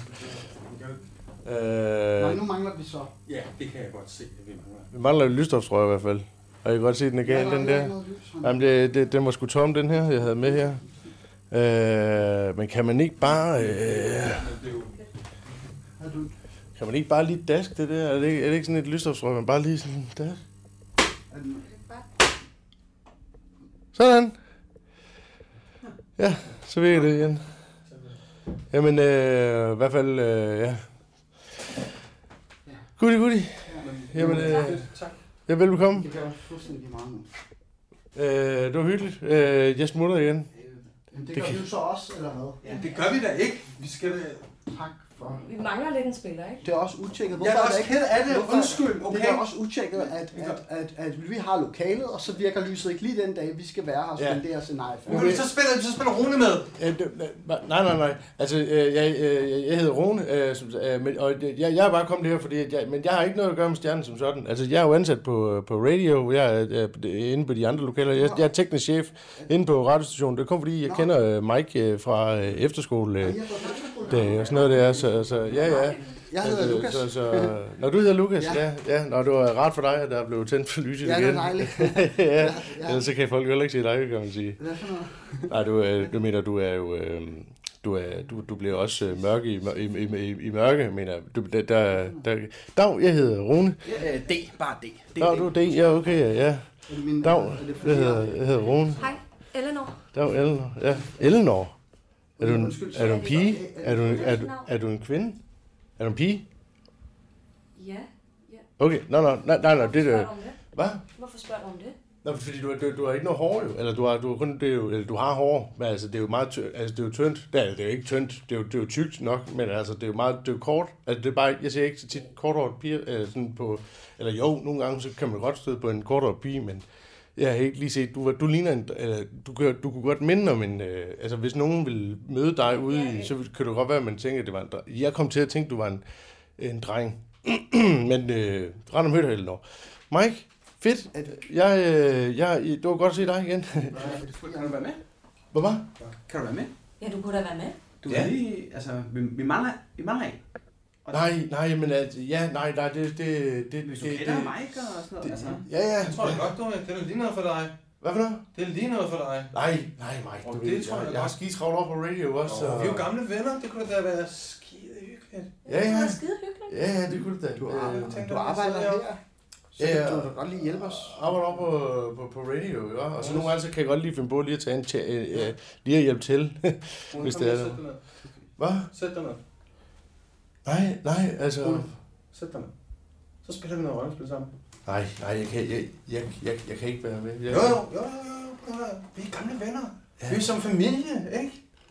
Nej, nu mangler vi så.
Ja, det kan jeg godt se, at vi mangler.
Vi mangler lysstofstrøjer i hvert fald. Og jeg kan godt se, at den er gal, den der. Jamen, den var sgu tom, den her, jeg havde med her. Men kan man ikke bare... kan man ikke bare lige daske det der? Er det ikke sådan et lysstofstrøj, man bare lige sådan dask? Sådan. Ja, så virker det igen. Jamen, i hvert fald, ja. Goodie. Jamen,
tak.
Ja, velbekomme.
Det gør fuldstændig meget nu.
Det var hyggeligt. Jeg smutter igen.
Det gør vi jo så også, eller hvad?
Ja, det gør vi da ikke. Vi skal da...
Tak for...
Vi mangler lidt en spiller, ikke?
Det er også utjekket.
Jeg er også ked af det. Undskyld, okay?
Det er også utjekket, at vi har lokalet, og så virker lyset ikke lige den dag, vi skal være her og spendere scenariet.
Men så spiller Rune med.
Nej. Altså, jeg hedder Rune, og jeg er bare kommet her, fordi men jeg har ikke noget at gøre med stjernen som sådan. Altså, jeg er jo ansat på radio, jeg er inde på de andre lokaler. Jeg er teknisk chef inde på radiostationen. Det kom fordi, jeg kender Mike fra efterskole. Og sådan noget der, så ja.
Jeg hedder Lukas.
Når du hedder Lukas, ja. Når det var rart for dig, at der blev tændt for lyset igen.
Ja, det er dejligt.
ja. Ellers så kan folk jo heller ikke se dig, kan man sige.
Hvad for noget?
Nej, du mener, du er jo... Du bliver også mørke i mørke, mener jeg. Dag, jeg hedder Rune.
D, bare D.
Dag, du er D, ja, okay, ja. Dag, jeg hedder Rune.
Hej, Eleanor.
Dag, Eleanor. Ja, Eleanor. Er du en pige? Er du en kvinde? Er du en pige?
Ja.
Okay, nej, det er... Hvad?
Hvorfor spørger du om det?
Nå, fordi du har ikke noget hår jo, eller du har hår, men altså det er jo meget det er jo tyndt. Det er jo ikke tyndt, det er jo tykt nok, men altså det er jo meget, det er jo kort. Altså det er bare, jeg ser ikke så tit korthåret piger sådan på, eller jo, nogle gange så kan man godt støde på en korthåret pige, men jeg har ikke lige set, du ligner en, eller du kunne godt minde om en, altså hvis nogen vil møde dig ude i, så kan det godt være, at man tænker, at det var en dreng. Jeg kom til at tænke, at du var en dreng, men ret om hørte heller Mike? Fedt. Det var godt at se dig igen.
Kan du være med?
Hvad?
Kan du være med?
Ja, du kunne da være med.
Du kan lige, altså, vi mangler en.
Nej, men det...
Hvis du kender Mike og sådan noget, altså.
Ja.
Jeg tror da godt, det er lige noget for dig.
Hvad for noget?
Det er lige noget for dig.
Nej, Mike. Det tror jeg har skide travlt op på radio også.
Vi er jo gamle venner, det kunne da være skide hyggeligt.
Ja.
Det er skide hyggeligt.
Ja, det kunne det da.
Du arbejder her. Så du kan godt lige hjælpe os.
Arbejder op på radio, ja. Og så nogle gange så kan jeg godt lige finde på lige at tage lige at hjælpe til, hvis det er det. Hvad?
Sæt dig ned.
Nej, altså...
Sæt dig ned. Så spiller vi noget rollespil sammen.
Nej, jeg kan ikke være med.
Jo. Vi er gamle venner. Ja. Vi er som familie, ikke?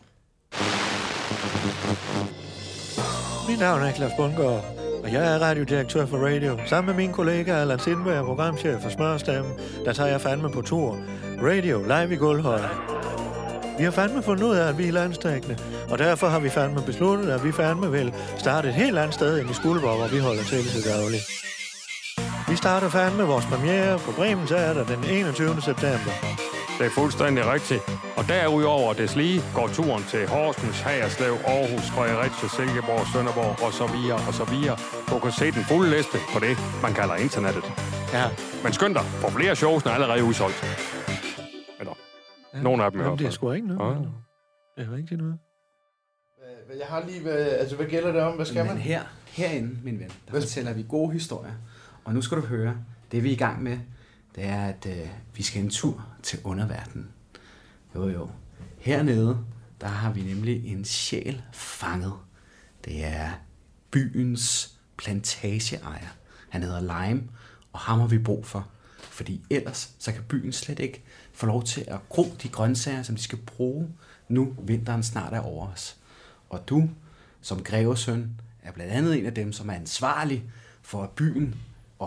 Mit navn er Claus Bundgaard, og jeg er radiodirektør for radio. Sammen med min kollega Allan Sindberg, programchef for Smørstammen, der tager jeg fandme på tur. Radio live i Guldhøj. Vi har fandme fundet ud af, at vi er landstækkende, og derfor har vi fandme besluttet, at vi fandme vil starte et helt andet sted end i Skuldborg, hvor vi holder til til daglig. Vi starter fandme vores premiere på Bremen Teater den 21. september.
Det er fuldstændig rigtigt. Og derudover deslige går turen til Horsens, Hagerslev, Aarhus, Fredericia, Silkeborg, Sønderborg og så videre. Du kan se den fulde liste på det, man kalder internettet.
Ja.
Men skynd dig, for flere shows er allerede udsolgt. Eller, nogle af dem i hvert fald.
Det er sgu ikke noget. Det er rigtig noget.
Jeg har lige, hvad gælder det om? Hvad skal man?
Herinde, min ven, der fortæller vi gode historier. Og nu skal du høre, det vi er i gang med, det er, at vi skal en tur til underverdenen. Jo. Hernede, der har vi nemlig en sjæl fanget. Det er byens plantageejer. Han hedder Lime, og ham har vi brug for. Fordi ellers, så kan byen slet ikke få lov til at gro de grøntsager, som de skal bruge, nu vinteren snart er over os. Og du, som grevesøn, er blandt andet en af dem, som er ansvarlig for, at byen og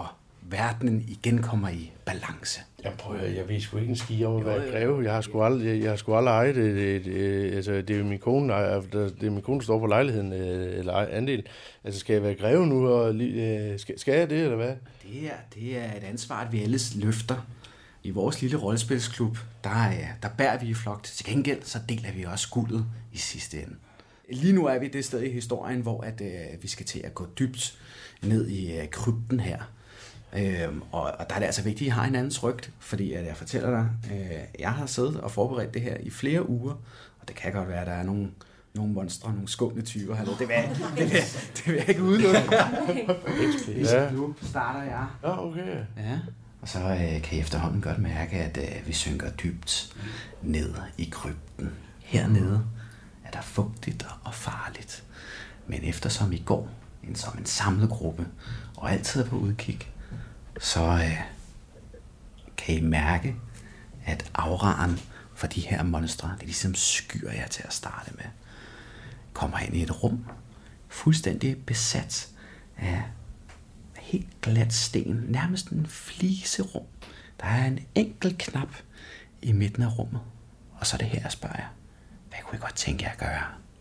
verdenen igen kommer i balance.
Jamen prøv at, jeg ved sgu ikke en ski om at være greve. Jeg har sgu aldrig ejet det. Altså, det er min kone, der står på lejligheden, eller andel. Altså, skal jeg være greve nu, og skal jeg det, eller hvad?
Det er et ansvar, at vi alle løfter. I vores lille rollespilsklub, der bærer vi i flok. Til gengæld, så deler vi også guldet i sidste ende. Lige nu er vi det sted i historien, hvor vi skal til at gå dybt ned i krypten her. Og der er det altså vigtigt, at I har hinandens rygt, fordi at jeg fortæller dig, jeg har siddet og forberedt det her i flere uger, og det kan godt være, at der er nogle monstre, nogle skumle typer hernede. Det vil jeg ikke udelukke. Ja. Nu starter jeg.
Ja, okay.
Ja. Og så kan I efterhånden godt mærke, at vi synker dybt ned i krypten. Hernede er der fugtigt og farligt. Men eftersom I går som en samlet gruppe, og altid er på udkig, så kan I mærke, at auraen for de her monstre, det ligesom skyer jer til at starte med, kommer ind i et rum, fuldstændig besat af helt glat sten, nærmest en fliserum. Der er en enkelt knap i midten af rummet, og så er det her, jeg spørger jer. Hvad kunne I godt tænke jer at gøre?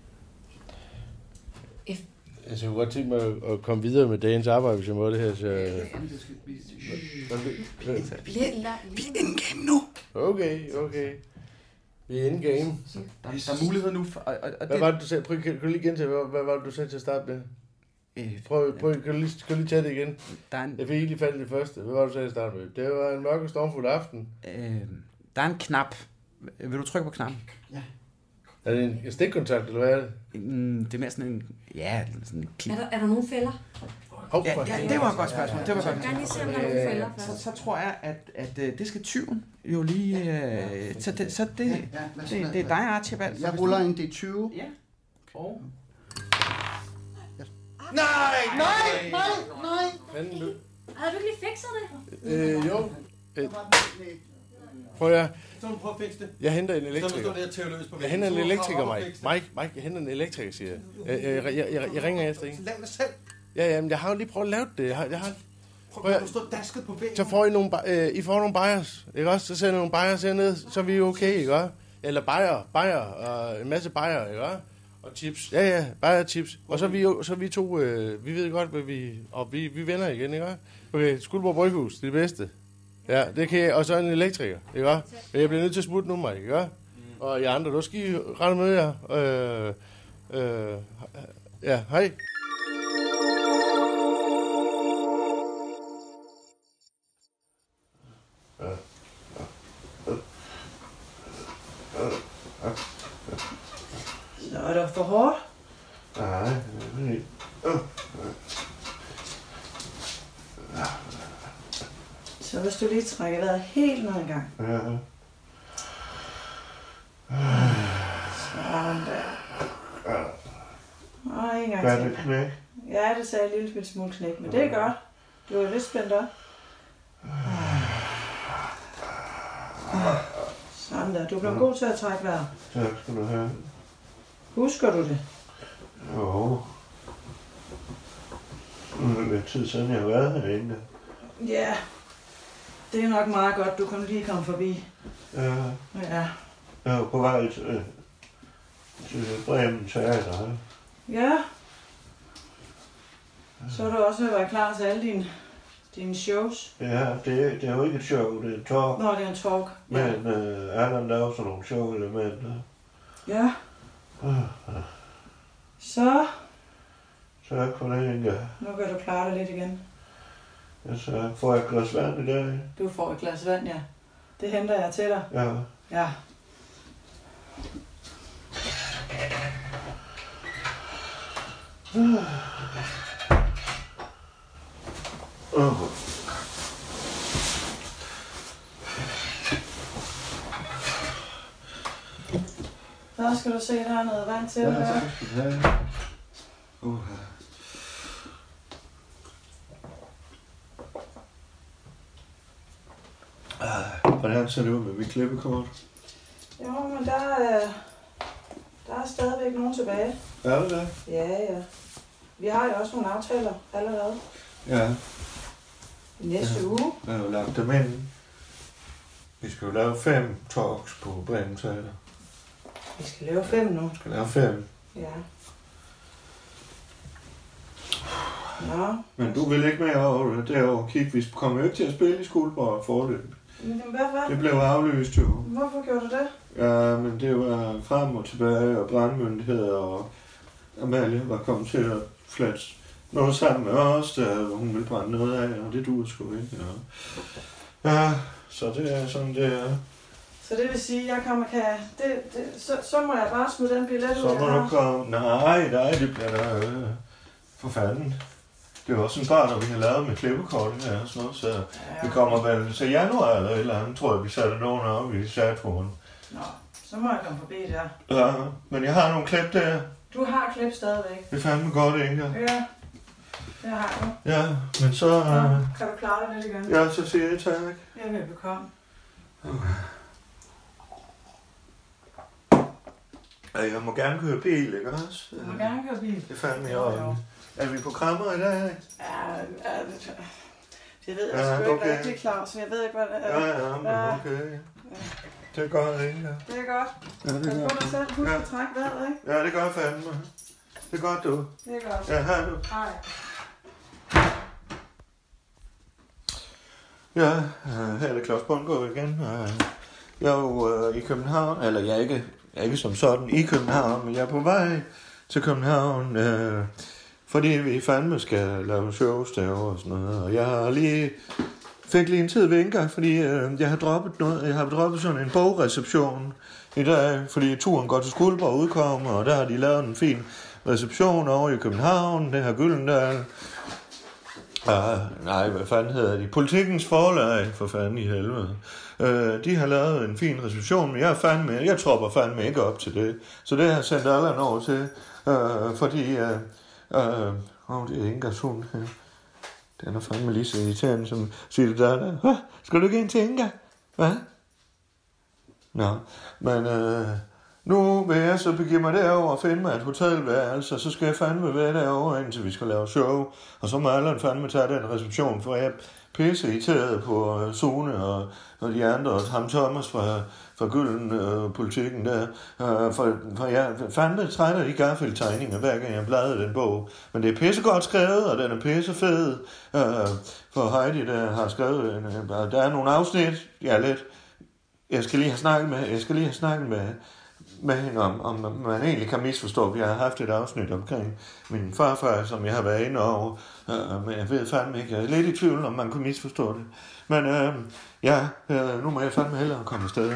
Altså, jeg kunne godt tænke mig at komme videre med dagens arbejde, hvis jeg må det her. Så...
Vi er in-game nu.
Okay. Vi er in-game.
Der er mulighed nu for...
Hvad var det, du sagde? Kan du lige gentage, hvad var det, du sagde til at starte med? Prøv, kan du lige tage det igen? Jeg fik ikke lige fat i det første. Hvad var det, du sagde til at starte med? Det var en mørk og stormfuld aften.
Der er en knap. Vil du trykke på knappen?
Ja.
Er det en stikkontakt, eller hvad er det?
Det er mere sådan en... Ja, sådan en klip.
Er der nogle fælder?
Ja, det var et godt spørgsmål. Det var godt.
Jeg vil gerne lige se, om der er nogle fælder.
Så tror jeg, at det skal tyven jo lige... Så det er dig, Archibald.
Jeg ruller en D20.
Ja. Og...
Nej!
Havde
du ikke lige fikset det?
Jo. Prøv at...
Prøv at fikse det.
Jeg henter en elektriker.
Så står det her løs på
jeg henter en elektriker, Mike, jeg henter en elektriker, siger jeg. Jeg ringer efter en.
Så lav det selv.
Ja, men jeg har jo lige prøvet at lave det.
Prøv at stå dasket på væggen.
Så får I får nogle bajers, ikke også? Så sender nogle bajers herned, så er vi okay, ikke også? Eller bajer, og en masse bajer, ikke også? Og chips. Ja, bajer og chips. Og så er vi to, vi ved godt, hvad vi vender igen, ikke også? Okay, Skuldborg Bryghus, det er det bedste. Ja, det kan jeg. Og så en elektriker, ikke også? Men jeg bliver nødt til at smutte nu, Mike, ikke også? Og I andre, du skal I rette med jer. Ja, hej.
Så er det for hårdt.
Nej,
Så hvis du lige trækker vejret helt ned en gang.
Ja.
Sådan der. Og en gang
Gør
til.
det knæk?
Ja, det sagde en lille smule knæk, men det er godt. Du er lidt spændt op. Sådan der. Du bliver god til at trække vejret.
Tak skal du have.
Husker du det?
Jo. Det er tid siden, jeg har været herinde.
Ja. Det er nok meget godt, du kan lige komme forbi.
Ja.
Ja.
Jeg er på vej til Bremen Teater.
Ja. Så er du også været klar til alle dine shows.
Ja, det er jo ikke et show, det er en talk.
Nå, det er en talk. Ja.
Men Allan laver sådan nogle show-elementer.
Ja. Så.
Tak for det, Inga.
Nu kan du klare dig lidt igen.
Ja, så får jeg et glas vand i dag.
Du får et glas vand, ja. Det henter jeg til dig.
Ja.
Ja. Så skal du se, der er noget vand til.
Ja, så skal du have. Hvordan ser det ud med mit klippekort?
Jo, men der er stadigvæk nogen tilbage.
Er det det?
Ja, ja. Vi har jo også nogle aftaler allerede.
Ja.
Ja. Næste uge?
Jeg har jo lagt dem ind. Vi skal jo lave 5 talks på Bremen Teater.
Vi skal lave 5 nu.
Vi skal lave 5.
Ja. Nå.
Men du vil ikke med over det derovre kigge. Vi kommer jo ikke til at spille i Skuldborg forløb.
Men hvorfor?
Det blev aflyst jo.
Hvorfor gjorde du det?
Ja, men det var frem og tilbage, og brandmyndigheder, og Amalie var kommet til at flatte noget sammen med os, da hun ville brænde noget af, og det duede sgu ikke. Ja, så det er sådan, det er.
Så det vil sige, at jeg kommer kan... Så må jeg bare smide den billet ud.
Så må du komme... Nej, det bliver der for fanden. Det er jo også en start, når vi har lavet med klippekortet her og sådan noget, så vi kommer vel til januar eller et eller andet, tror jeg, vi satte nogen op i Saturn.
Nå, så må jeg komme forbi der.
Ja, men jeg har nogle klip der.
Du har klip stadigvæk.
Det er fandme godt, Inga.
Ja, det har du.
Ja, men så...
kan du klare det lidt igen?
Ja, så siger jeg tak.
Jeg vil bekomme.
Okay. Jeg må gerne køre bil, ikke også?
Du må gerne køre bil.
Det er fandme i orden. Er vi på Krammer i dag?
Ja, det ved jeg sgu ikke rigtig, Claus. Jeg ved ikke, hvad det er.
Ja, men okay. Det er godt, ikke?
Det er godt.
Ja, det er godt.
Pas på dig selv. Husk at trække vejret, ikke?
Ja, det gør fandme. Det er godt, du.
Det er godt.
Ja, hej du.
Hej.
Ja, her er det Claus Bundgaard igen. Jeg er jo i København, eller jeg er ikke som sådan i København, men jeg er på vej til København, fordi vi fandme skal lave shows derovre og sådan noget. Og jeg har fik lige en tid ved indgang, fordi jeg har droppet noget. Jeg har droppet sådan en bogreception i dag, fordi turen går til Skuldborg udkommer, og der har de lavet en fin reception over i København, det her Gyldendal. Nej, hvad fanden hedder de? Politikens Forlag, for fanden i helvede. De har lavet en fin reception, men jeg tropper fandme ikke op til det. Så det har jeg sendt Allan over til, fordi... det er Ingas hund. Den er fandme lige så irriterende, som siger det der. Skal du ikke ind til Inga? Hvad? Nå, men nu vil jeg så begive mig derover og finde mig et hotelværelse, og så skal jeg fandme være derovre, indtil vi skal lave show. Og så må Allan fandme tage den reception, for jeg er pisse irriteret på Sune og de andre, og ham Thomas fra Gylden politikken der. For jeg er fandme træt af de Garfield-tegninger, hver gang jeg bladrer den bog. Men det er pissegodt skrevet, og den er pissefed. For Heidi, der har skrevet, der er nogle afsnit, jeg skal lige have snakket med hende om man egentlig kan misforstå. Vi har haft et afsnit omkring min farfar, som jeg har været inde over, men jeg ved fandme ikke. Jeg er lidt i tvivl, om man kunne misforstå det. Men nu må jeg fandme hellere komme afsted.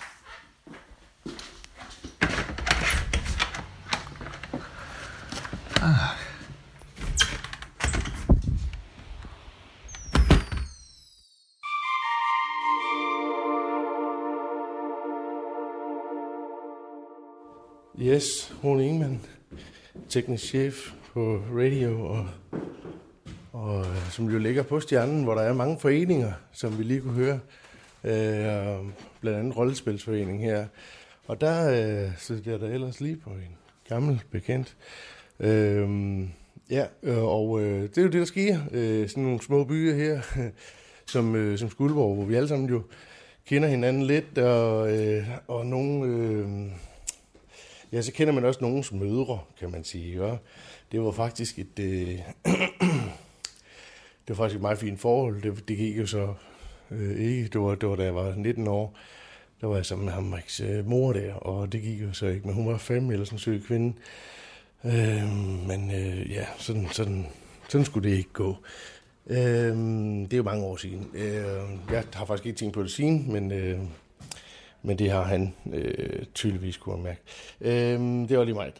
Yes, Rune Ingemann, teknisk chef på radio, og som jo ligger på Stjernen, hvor der er mange foreninger, som vi lige kunne høre, blandt andet Rollespilsforening her. Og der sidder jeg da ellers lige på en gammel bekendt. Det er jo det, der sker. Sådan nogle små byer her, som Skuldborg, hvor vi alle sammen jo kender hinanden lidt, og nogle... Ja, så kender man også nogens mødre, kan man sige. Ja. Det var faktisk et meget fint forhold. Det gik jo så ikke. Det var da jeg var 19 år. Der var jeg sammen med Hammeriks mor der, og det gik jo så ikke. Men hun var fandme eller sådan en søg kvinde. Sådan skulle det ikke gå. Det er jo mange år siden. Jeg har faktisk ikke tænkt på det siden, men det har han tydeligvis kunne mærke. Det var lige meget.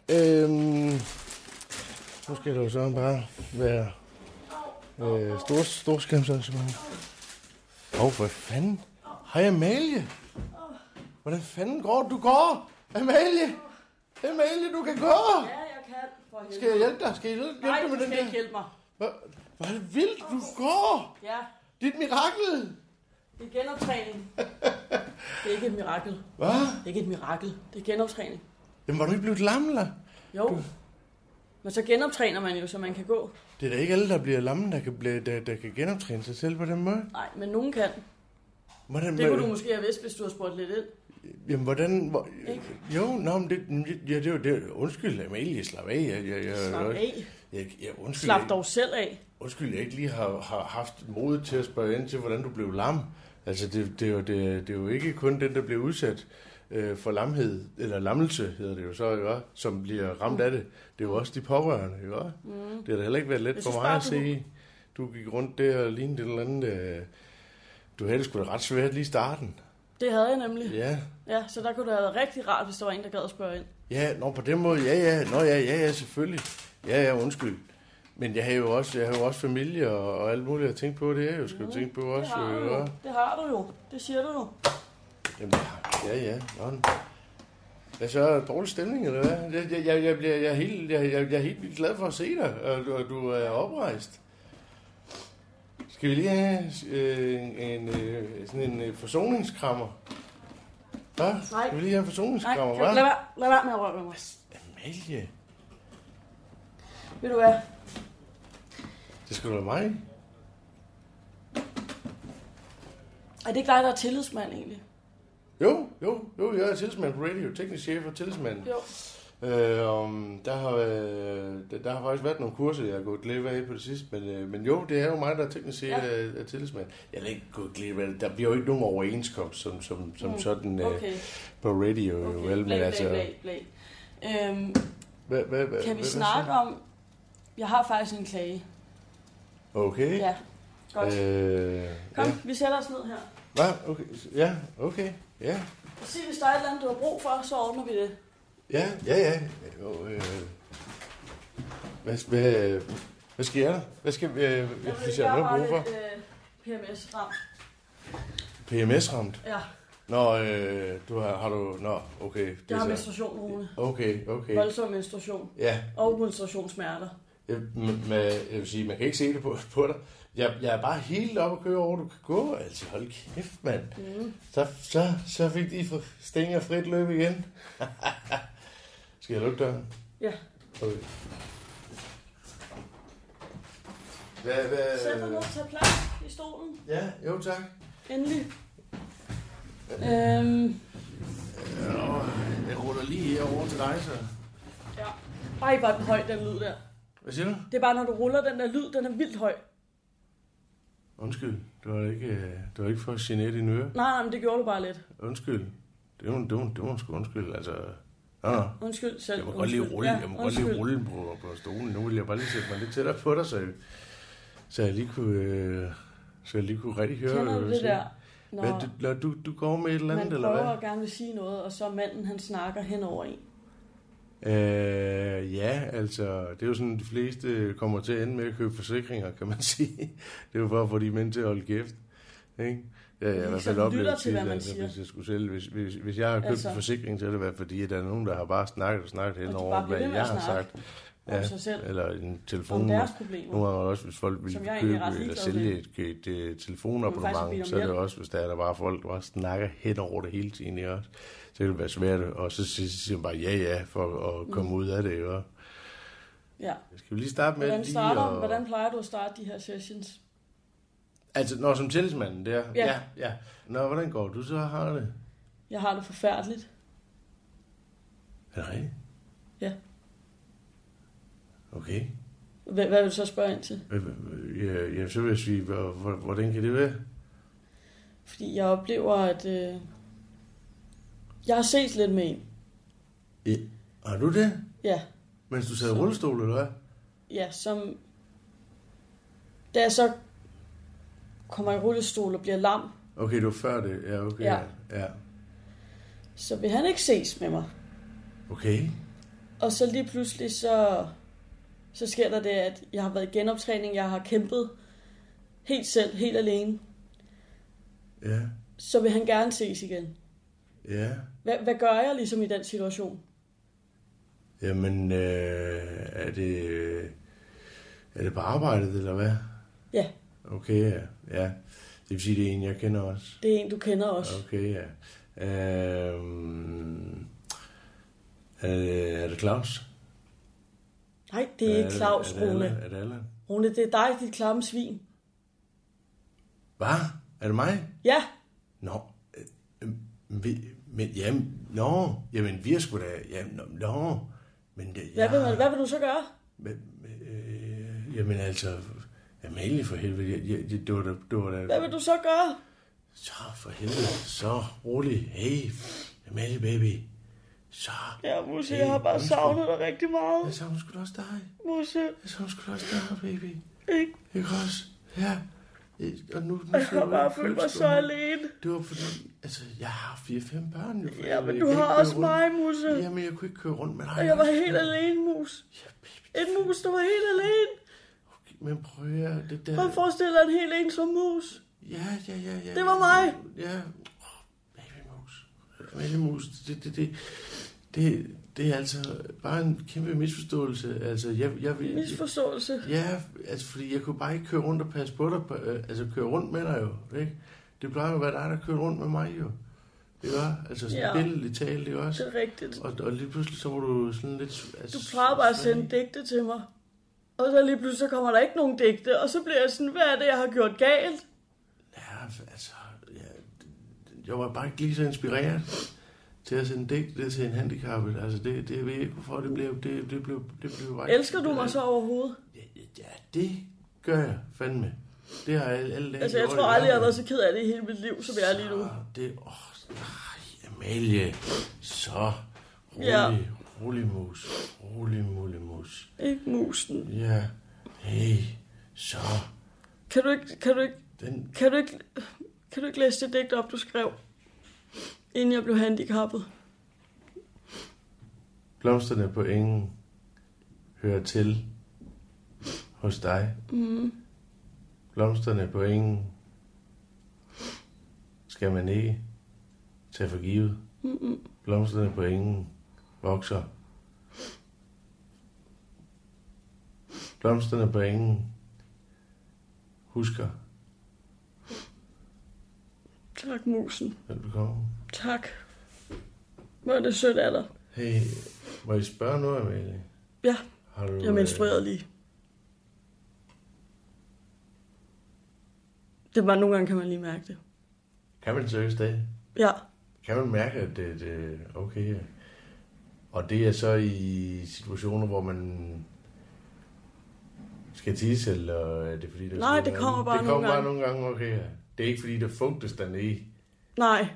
Nu skal det jo så bare være storskærmsarrangement. Hvad fanden? Hej Amalie. Hvordan fanden går du går? Amalie, du kan gå.
Ja, jeg kan.
Skal jeg hjælpe dig?
Nej, du skal ikke hjælpe mig.
Hvor er det vildt, du går.
Ja.
Det er et mirakel.
Det er genoptræning. Det er ikke et mirakel.
Hvad?
Det er ikke et mirakel. Det er genoptræning.
Jamen, var du ikke blevet lam, eller?
Jo. Men så genoptræner man jo, så man kan gå.
Det er da ikke alle, der bliver lamme, der kan genoptræne sig selv på den måde.
Nej, men nogen kan.
Hvordan,
det kunne du måske have vidst, hvis du havde spurgt lidt ind.
Jamen, hvordan... Jo, men det undskyld, Amalie, slap af.
Slap af?
Undskyld,
slap dog selv af.
Undskyld, jeg ikke lige har haft mod til at spørge ind til, hvordan du blev lam. Altså, det er jo ikke kun den, der bliver udsat for lamhed, eller lammelse hedder det jo så, ikke? Som bliver ramt af det. Det er jo også de pårørende, ikke? Det har da heller ikke været let for mig at se. Du gik rundt der og lignede et eller andet... Du havde det sgu da ret svært lige i starten.
Det havde jeg nemlig.
Ja.
Ja, så der kunne det have været rigtig rart, hvis der var en, der gad at spørge ind.
Ja, på den måde, ja, selvfølgelig. Ja, undskyld. Men jeg har jo også familie og alt muligt at tænke på. Det er jo skulle tænke på også.
Det har du jo. Det siger du jo.
Jamen, ja. Hvad så? Er dårlig stemning, eller hvad? Jeg er helt vildt glad for at se dig, og du er oprejst. Skal vi lige have sådan en forsoningskrammer? Hvad?
Nej.
Skal vi lige have en forsoningskrammer, hva'?
Lad være med at røre mig.
Amalie.
Ved du hvad?
Det skal du være mig.
Er det ikke dig, der er tillidsmand egentlig?
Jo, jeg er tillidsmand på radio. Teknisk chef og tillidsmand.
Jo.
Der har faktisk været nogle kurser, jeg har gået glip af på det sidste, men jo, det er jo mig, der er teknisk chef af tillidsmand. Jeg har ikke gået glip af det. Der bliver jo ikke nogen overenskomst som sådan på radio.
Okay,
vel, men
kan vi snakke om... Jeg har faktisk en klage.
Okay.
Ja, godt. Kom,
ja.
Vi sætter os ned her.
Hvad? Okay. Ja, okay. Ja.
Sig, hvis der er et eller andet, du har brug for, så ordner vi det.
Ja. Hvad sker der? Hvad skal vi, hvis jeg har noget brug for?
PMS-ramt.
PMS-ramt?
Ja.
Nå, har du... Nå, okay.
Jeg har menstruation, Rune.
Okay.
Voldsom menstruation.
Ja.
Og menstruationssmerter.
Jeg vil sige, man kan ikke se det på dig. Jeg er bare helt op at køre over, du kan gå. Altså, hold kæft, mand. Så fik de stænger frit løb igen. Skal jeg lukke døren?
Ja.
Okay.
Sæt dig ned, tag plads i stolen.
Ja, jo tak.
Endelig.
Jeg ruller lige herover til dig, så.
Ja. Ej, hvor er den høj, den lyd der.
Hvad siger du?
Det er bare, når du ruller den der lyd, den er vildt høj.
Undskyld, det var ikke for at genere dine ører.
Nej, men det gjorde du bare lidt.
Undskyld. Det var sgu undskyld, altså.
Undskyld selv.
Jeg må godt lige rulle, på stolen. Nu vil jeg bare lige sætte mig lidt tættere på dig, så jeg lige kunne rigtig høre.
Kender du det der?
Når du går med et eller andet, eller hvad?
Man prøver gerne vil sige noget, og så manden, han snakker hen over en.
Ja, altså, det er jo sådan, de fleste kommer til at ende med at købe forsikringer, kan man sige. Det er jo for at få de mænd til at holde kæft, ikke? Jeg har i hvert fald oplevet til, hvis jeg skulle sælge, hvis jeg har købt en forsikring, så er det været fordi, at der er nogen, der har bare snakket hen over, hvad jeg har sagt.
Ja,
eller en telefon.
Om deres problemer.
Nogle gange også, hvis folk vil købe eller sælge et telefonabonnement, så er det også, hvis der er bare folk, der bare snakker hen over det hele tiden, ikke også? Så kan det være svært, og så siger man bare ja, for at komme ud af det, ikke?
Ja.
Skal vi lige starte med
Hvordan plejer du at starte de her sessions?
Altså, som tillidsmanden der? Ja. Nå, hvordan går du så har det?
Jeg har det forfærdeligt.
Er det rigtigt?
Ja.
Okay.
Hvad vil du så spørge ind til?
Ja, så vil jeg sige, hvordan kan det være?
Fordi jeg oplever, at jeg har set lidt med en.
Ja. Har du det?
Ja.
Mens du sad i rullestol, eller hvad?
Ja, da jeg så kommer i rullestol og bliver lam.
Okay, du var før det. Ja, okay. Ja.
Så vil han ikke ses med mig.
Okay.
Og så lige pludselig, så sker der det, at jeg har været i genoptræning. Jeg har kæmpet helt selv, helt alene.
Ja.
Så vil han gerne ses igen.
Ja.
Hvad gør jeg ligesom i den situation?
Jamen, er det på arbejdet, eller hvad?
Ja.
Okay, ja. Det vil sige, det er en, jeg kender også.
Det er en, du kender også.
Okay, ja. Er det Claus?
Nej, det er ikke Claus, Rune.
Er det Allan?
Rune, det er dig, dit klamme svin.
Hvad? Er det mig?
Ja.
Nå. Men jamen, vi er sgu da... Men det,
Hvad vil du så gøre?
Jamen altså... Amalie for helvede, det var da...
Hvad vil du så gøre?
Så for helvede, så rolig. Hey, Amalie baby. Så...
Ja, Musse, jeg har bare savnet dig rigtig meget.
Jeg savner sgu da også dig.
Musse.
Jeg savner sgu da også dig, baby.
Ikke
også? Ja. Og nu
jeg har bare følt mig så alene.
Det var fordi, altså, jeg har 4-5 børn jo.
Ja, men du har også mig, Musse.
Jamen, jeg kunne ikke køre rundt med dig.
Og jeg var helt alene, Mus.
Ja, baby.
En mus, der var helt alene.
Okay, men prøv at høre, det der...
Prøv at forestille dig en helt ensom mus.
Ja.
Det var mig.
Ja. Babymus. Babymus, det er altså bare en kæmpe misforståelse. Altså,
misforståelse?
Ja, altså, fordi jeg kunne bare ikke køre rundt og passe på dig, altså køre rundt med dig jo, ikke? Det plejer jo at være dig, der kører rundt med mig jo. Det var altså sådan billedligt talt, det også.
Det er rigtigt.
Og lige pludselig så var du sådan lidt... Altså,
du plejede bare at sende digte til mig. Og så lige pludselig så kommer der ikke nogen digte, og så bliver jeg sådan, hvad er det, jeg har gjort galt?
Ja, altså... Jeg var bare ikke lige så inspireret til at sende digte til en handicappet. Altså, det ved jeg ikke, hvorfor det blev bare...
Elsker du mig så overhovedet?
Ja, det gør jeg fandme. Det har alle dage...
Altså, jeg tror aldrig, jeg har været så ked af det i hele mit liv, som jeg er lige nu.
Amalie. Så rolig mus. Rolig mus.
Ikke musen.
Ja. Hey, så.
Kan du ikke læse det digt op, du skrev, inden jeg blev handicappet?
Blomsterne på engen hører til hos dig.
Mm.
Blomsterne på engen skal man ikke tage for givet.
Mm-mm.
Blomsterne på engen vokser. Blomsterne på engen husker.
Tak, musen.
Velbekomme.
Tak. Hvor er det sødt af dig.
Hey, må jeg spørge noget, Amalie?
Ja,
har du,
jeg menstruerede lige. Det er bare, nogle gange kan man lige mærke det.
Kan man seriøst det?
Ja.
Kan man mærke, at det er okay? Og det er så i situationer, hvor man skal tisse, eller er det fordi, der...
Nej, det kommer bare nogle gange.
Det kommer bare nogle gange, okay. Ja. Det er ikke fordi, der fugtes dernede.
Nej.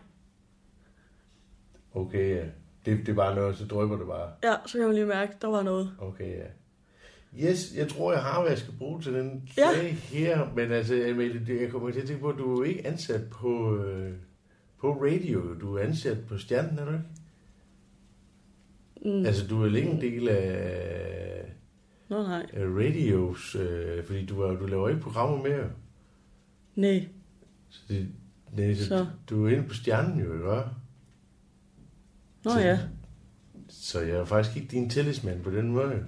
Okay, ja. Det er bare noget, så drypper det bare.
Ja, så kan man lige mærke, der var noget.
Okay, ja. Yes, jeg tror, jeg har, hvad jeg skal bruge til den sag her. Men altså, Amalie, jeg kommer til at tænke på, at du er ikke ansat på radio. Du er ansat på Stjernen, er du ikke?
Mm.
Altså, du er ikke en del af...
Nej.
Radios, fordi du laver ikke programmer mere.
Nej.
Så du er inde på Stjernen jo, ikke?
Nå ja.
Så jeg er faktisk ikke din tillidsmand på den måde.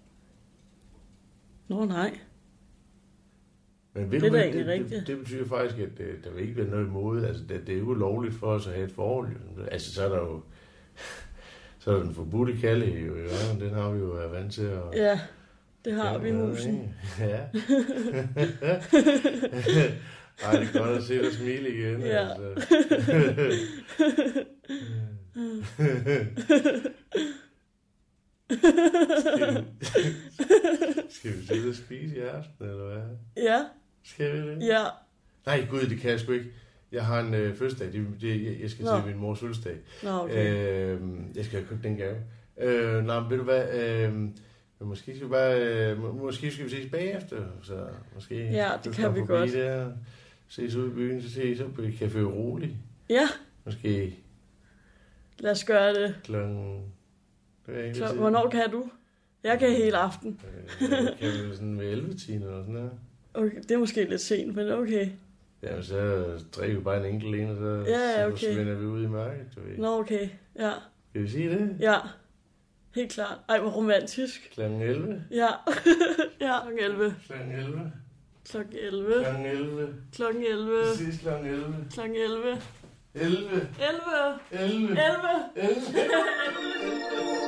Nå nej.
Men
det er da egentlig rigtigt.
Det betyder faktisk, at der vil ikke være noget imod. Altså, det er jo lovligt for os at have et forhold. Altså, så er der jo... Så er der den forbudte kalde jo, ja, den har vi jo været vant til at...
Ja, det har vi, musen.
Ja. Ej, det er godt at se dig smile igen.
Ja.
Altså. Skal vi sidde og spise i aften, eller hvad?
Ja.
Skal vi det?
Ja.
Nej, gud, det kan jeg sgu ikke. Jeg har en fødselsdag. Jeg skal til min mors fødselsdag.
Nå, okay.
Jeg skal have købt den gave. Ved du hvad? Måske skal vi ses bagefter. Så måske,
ja, det kan vi godt.
Der, ses ude i byen, så ses på Café Rolig.
Ja.
Måske.
Lad os gøre det. Hvornår kan du? Jeg kan hele aften.
Kan vi sådan ved 11-tiden eller sådan noget.
Okay, det er måske lidt sent, men okay.
Ja, så drikker vi bare en enkelt en, og så forsvinder vi ud i mørket.
Nå, okay. Ja.
Kan vi sige det?
Ja. Helt klart. Ej, hvor romantisk.
Klokken 11?
Ja. Ja, klokken 11.
Klokken 11?
Klokken 11.
Klokken 11.
Klokken 11.
Sidst klokken 11.
Klokken 11.
11.
11.
11.
11.
11.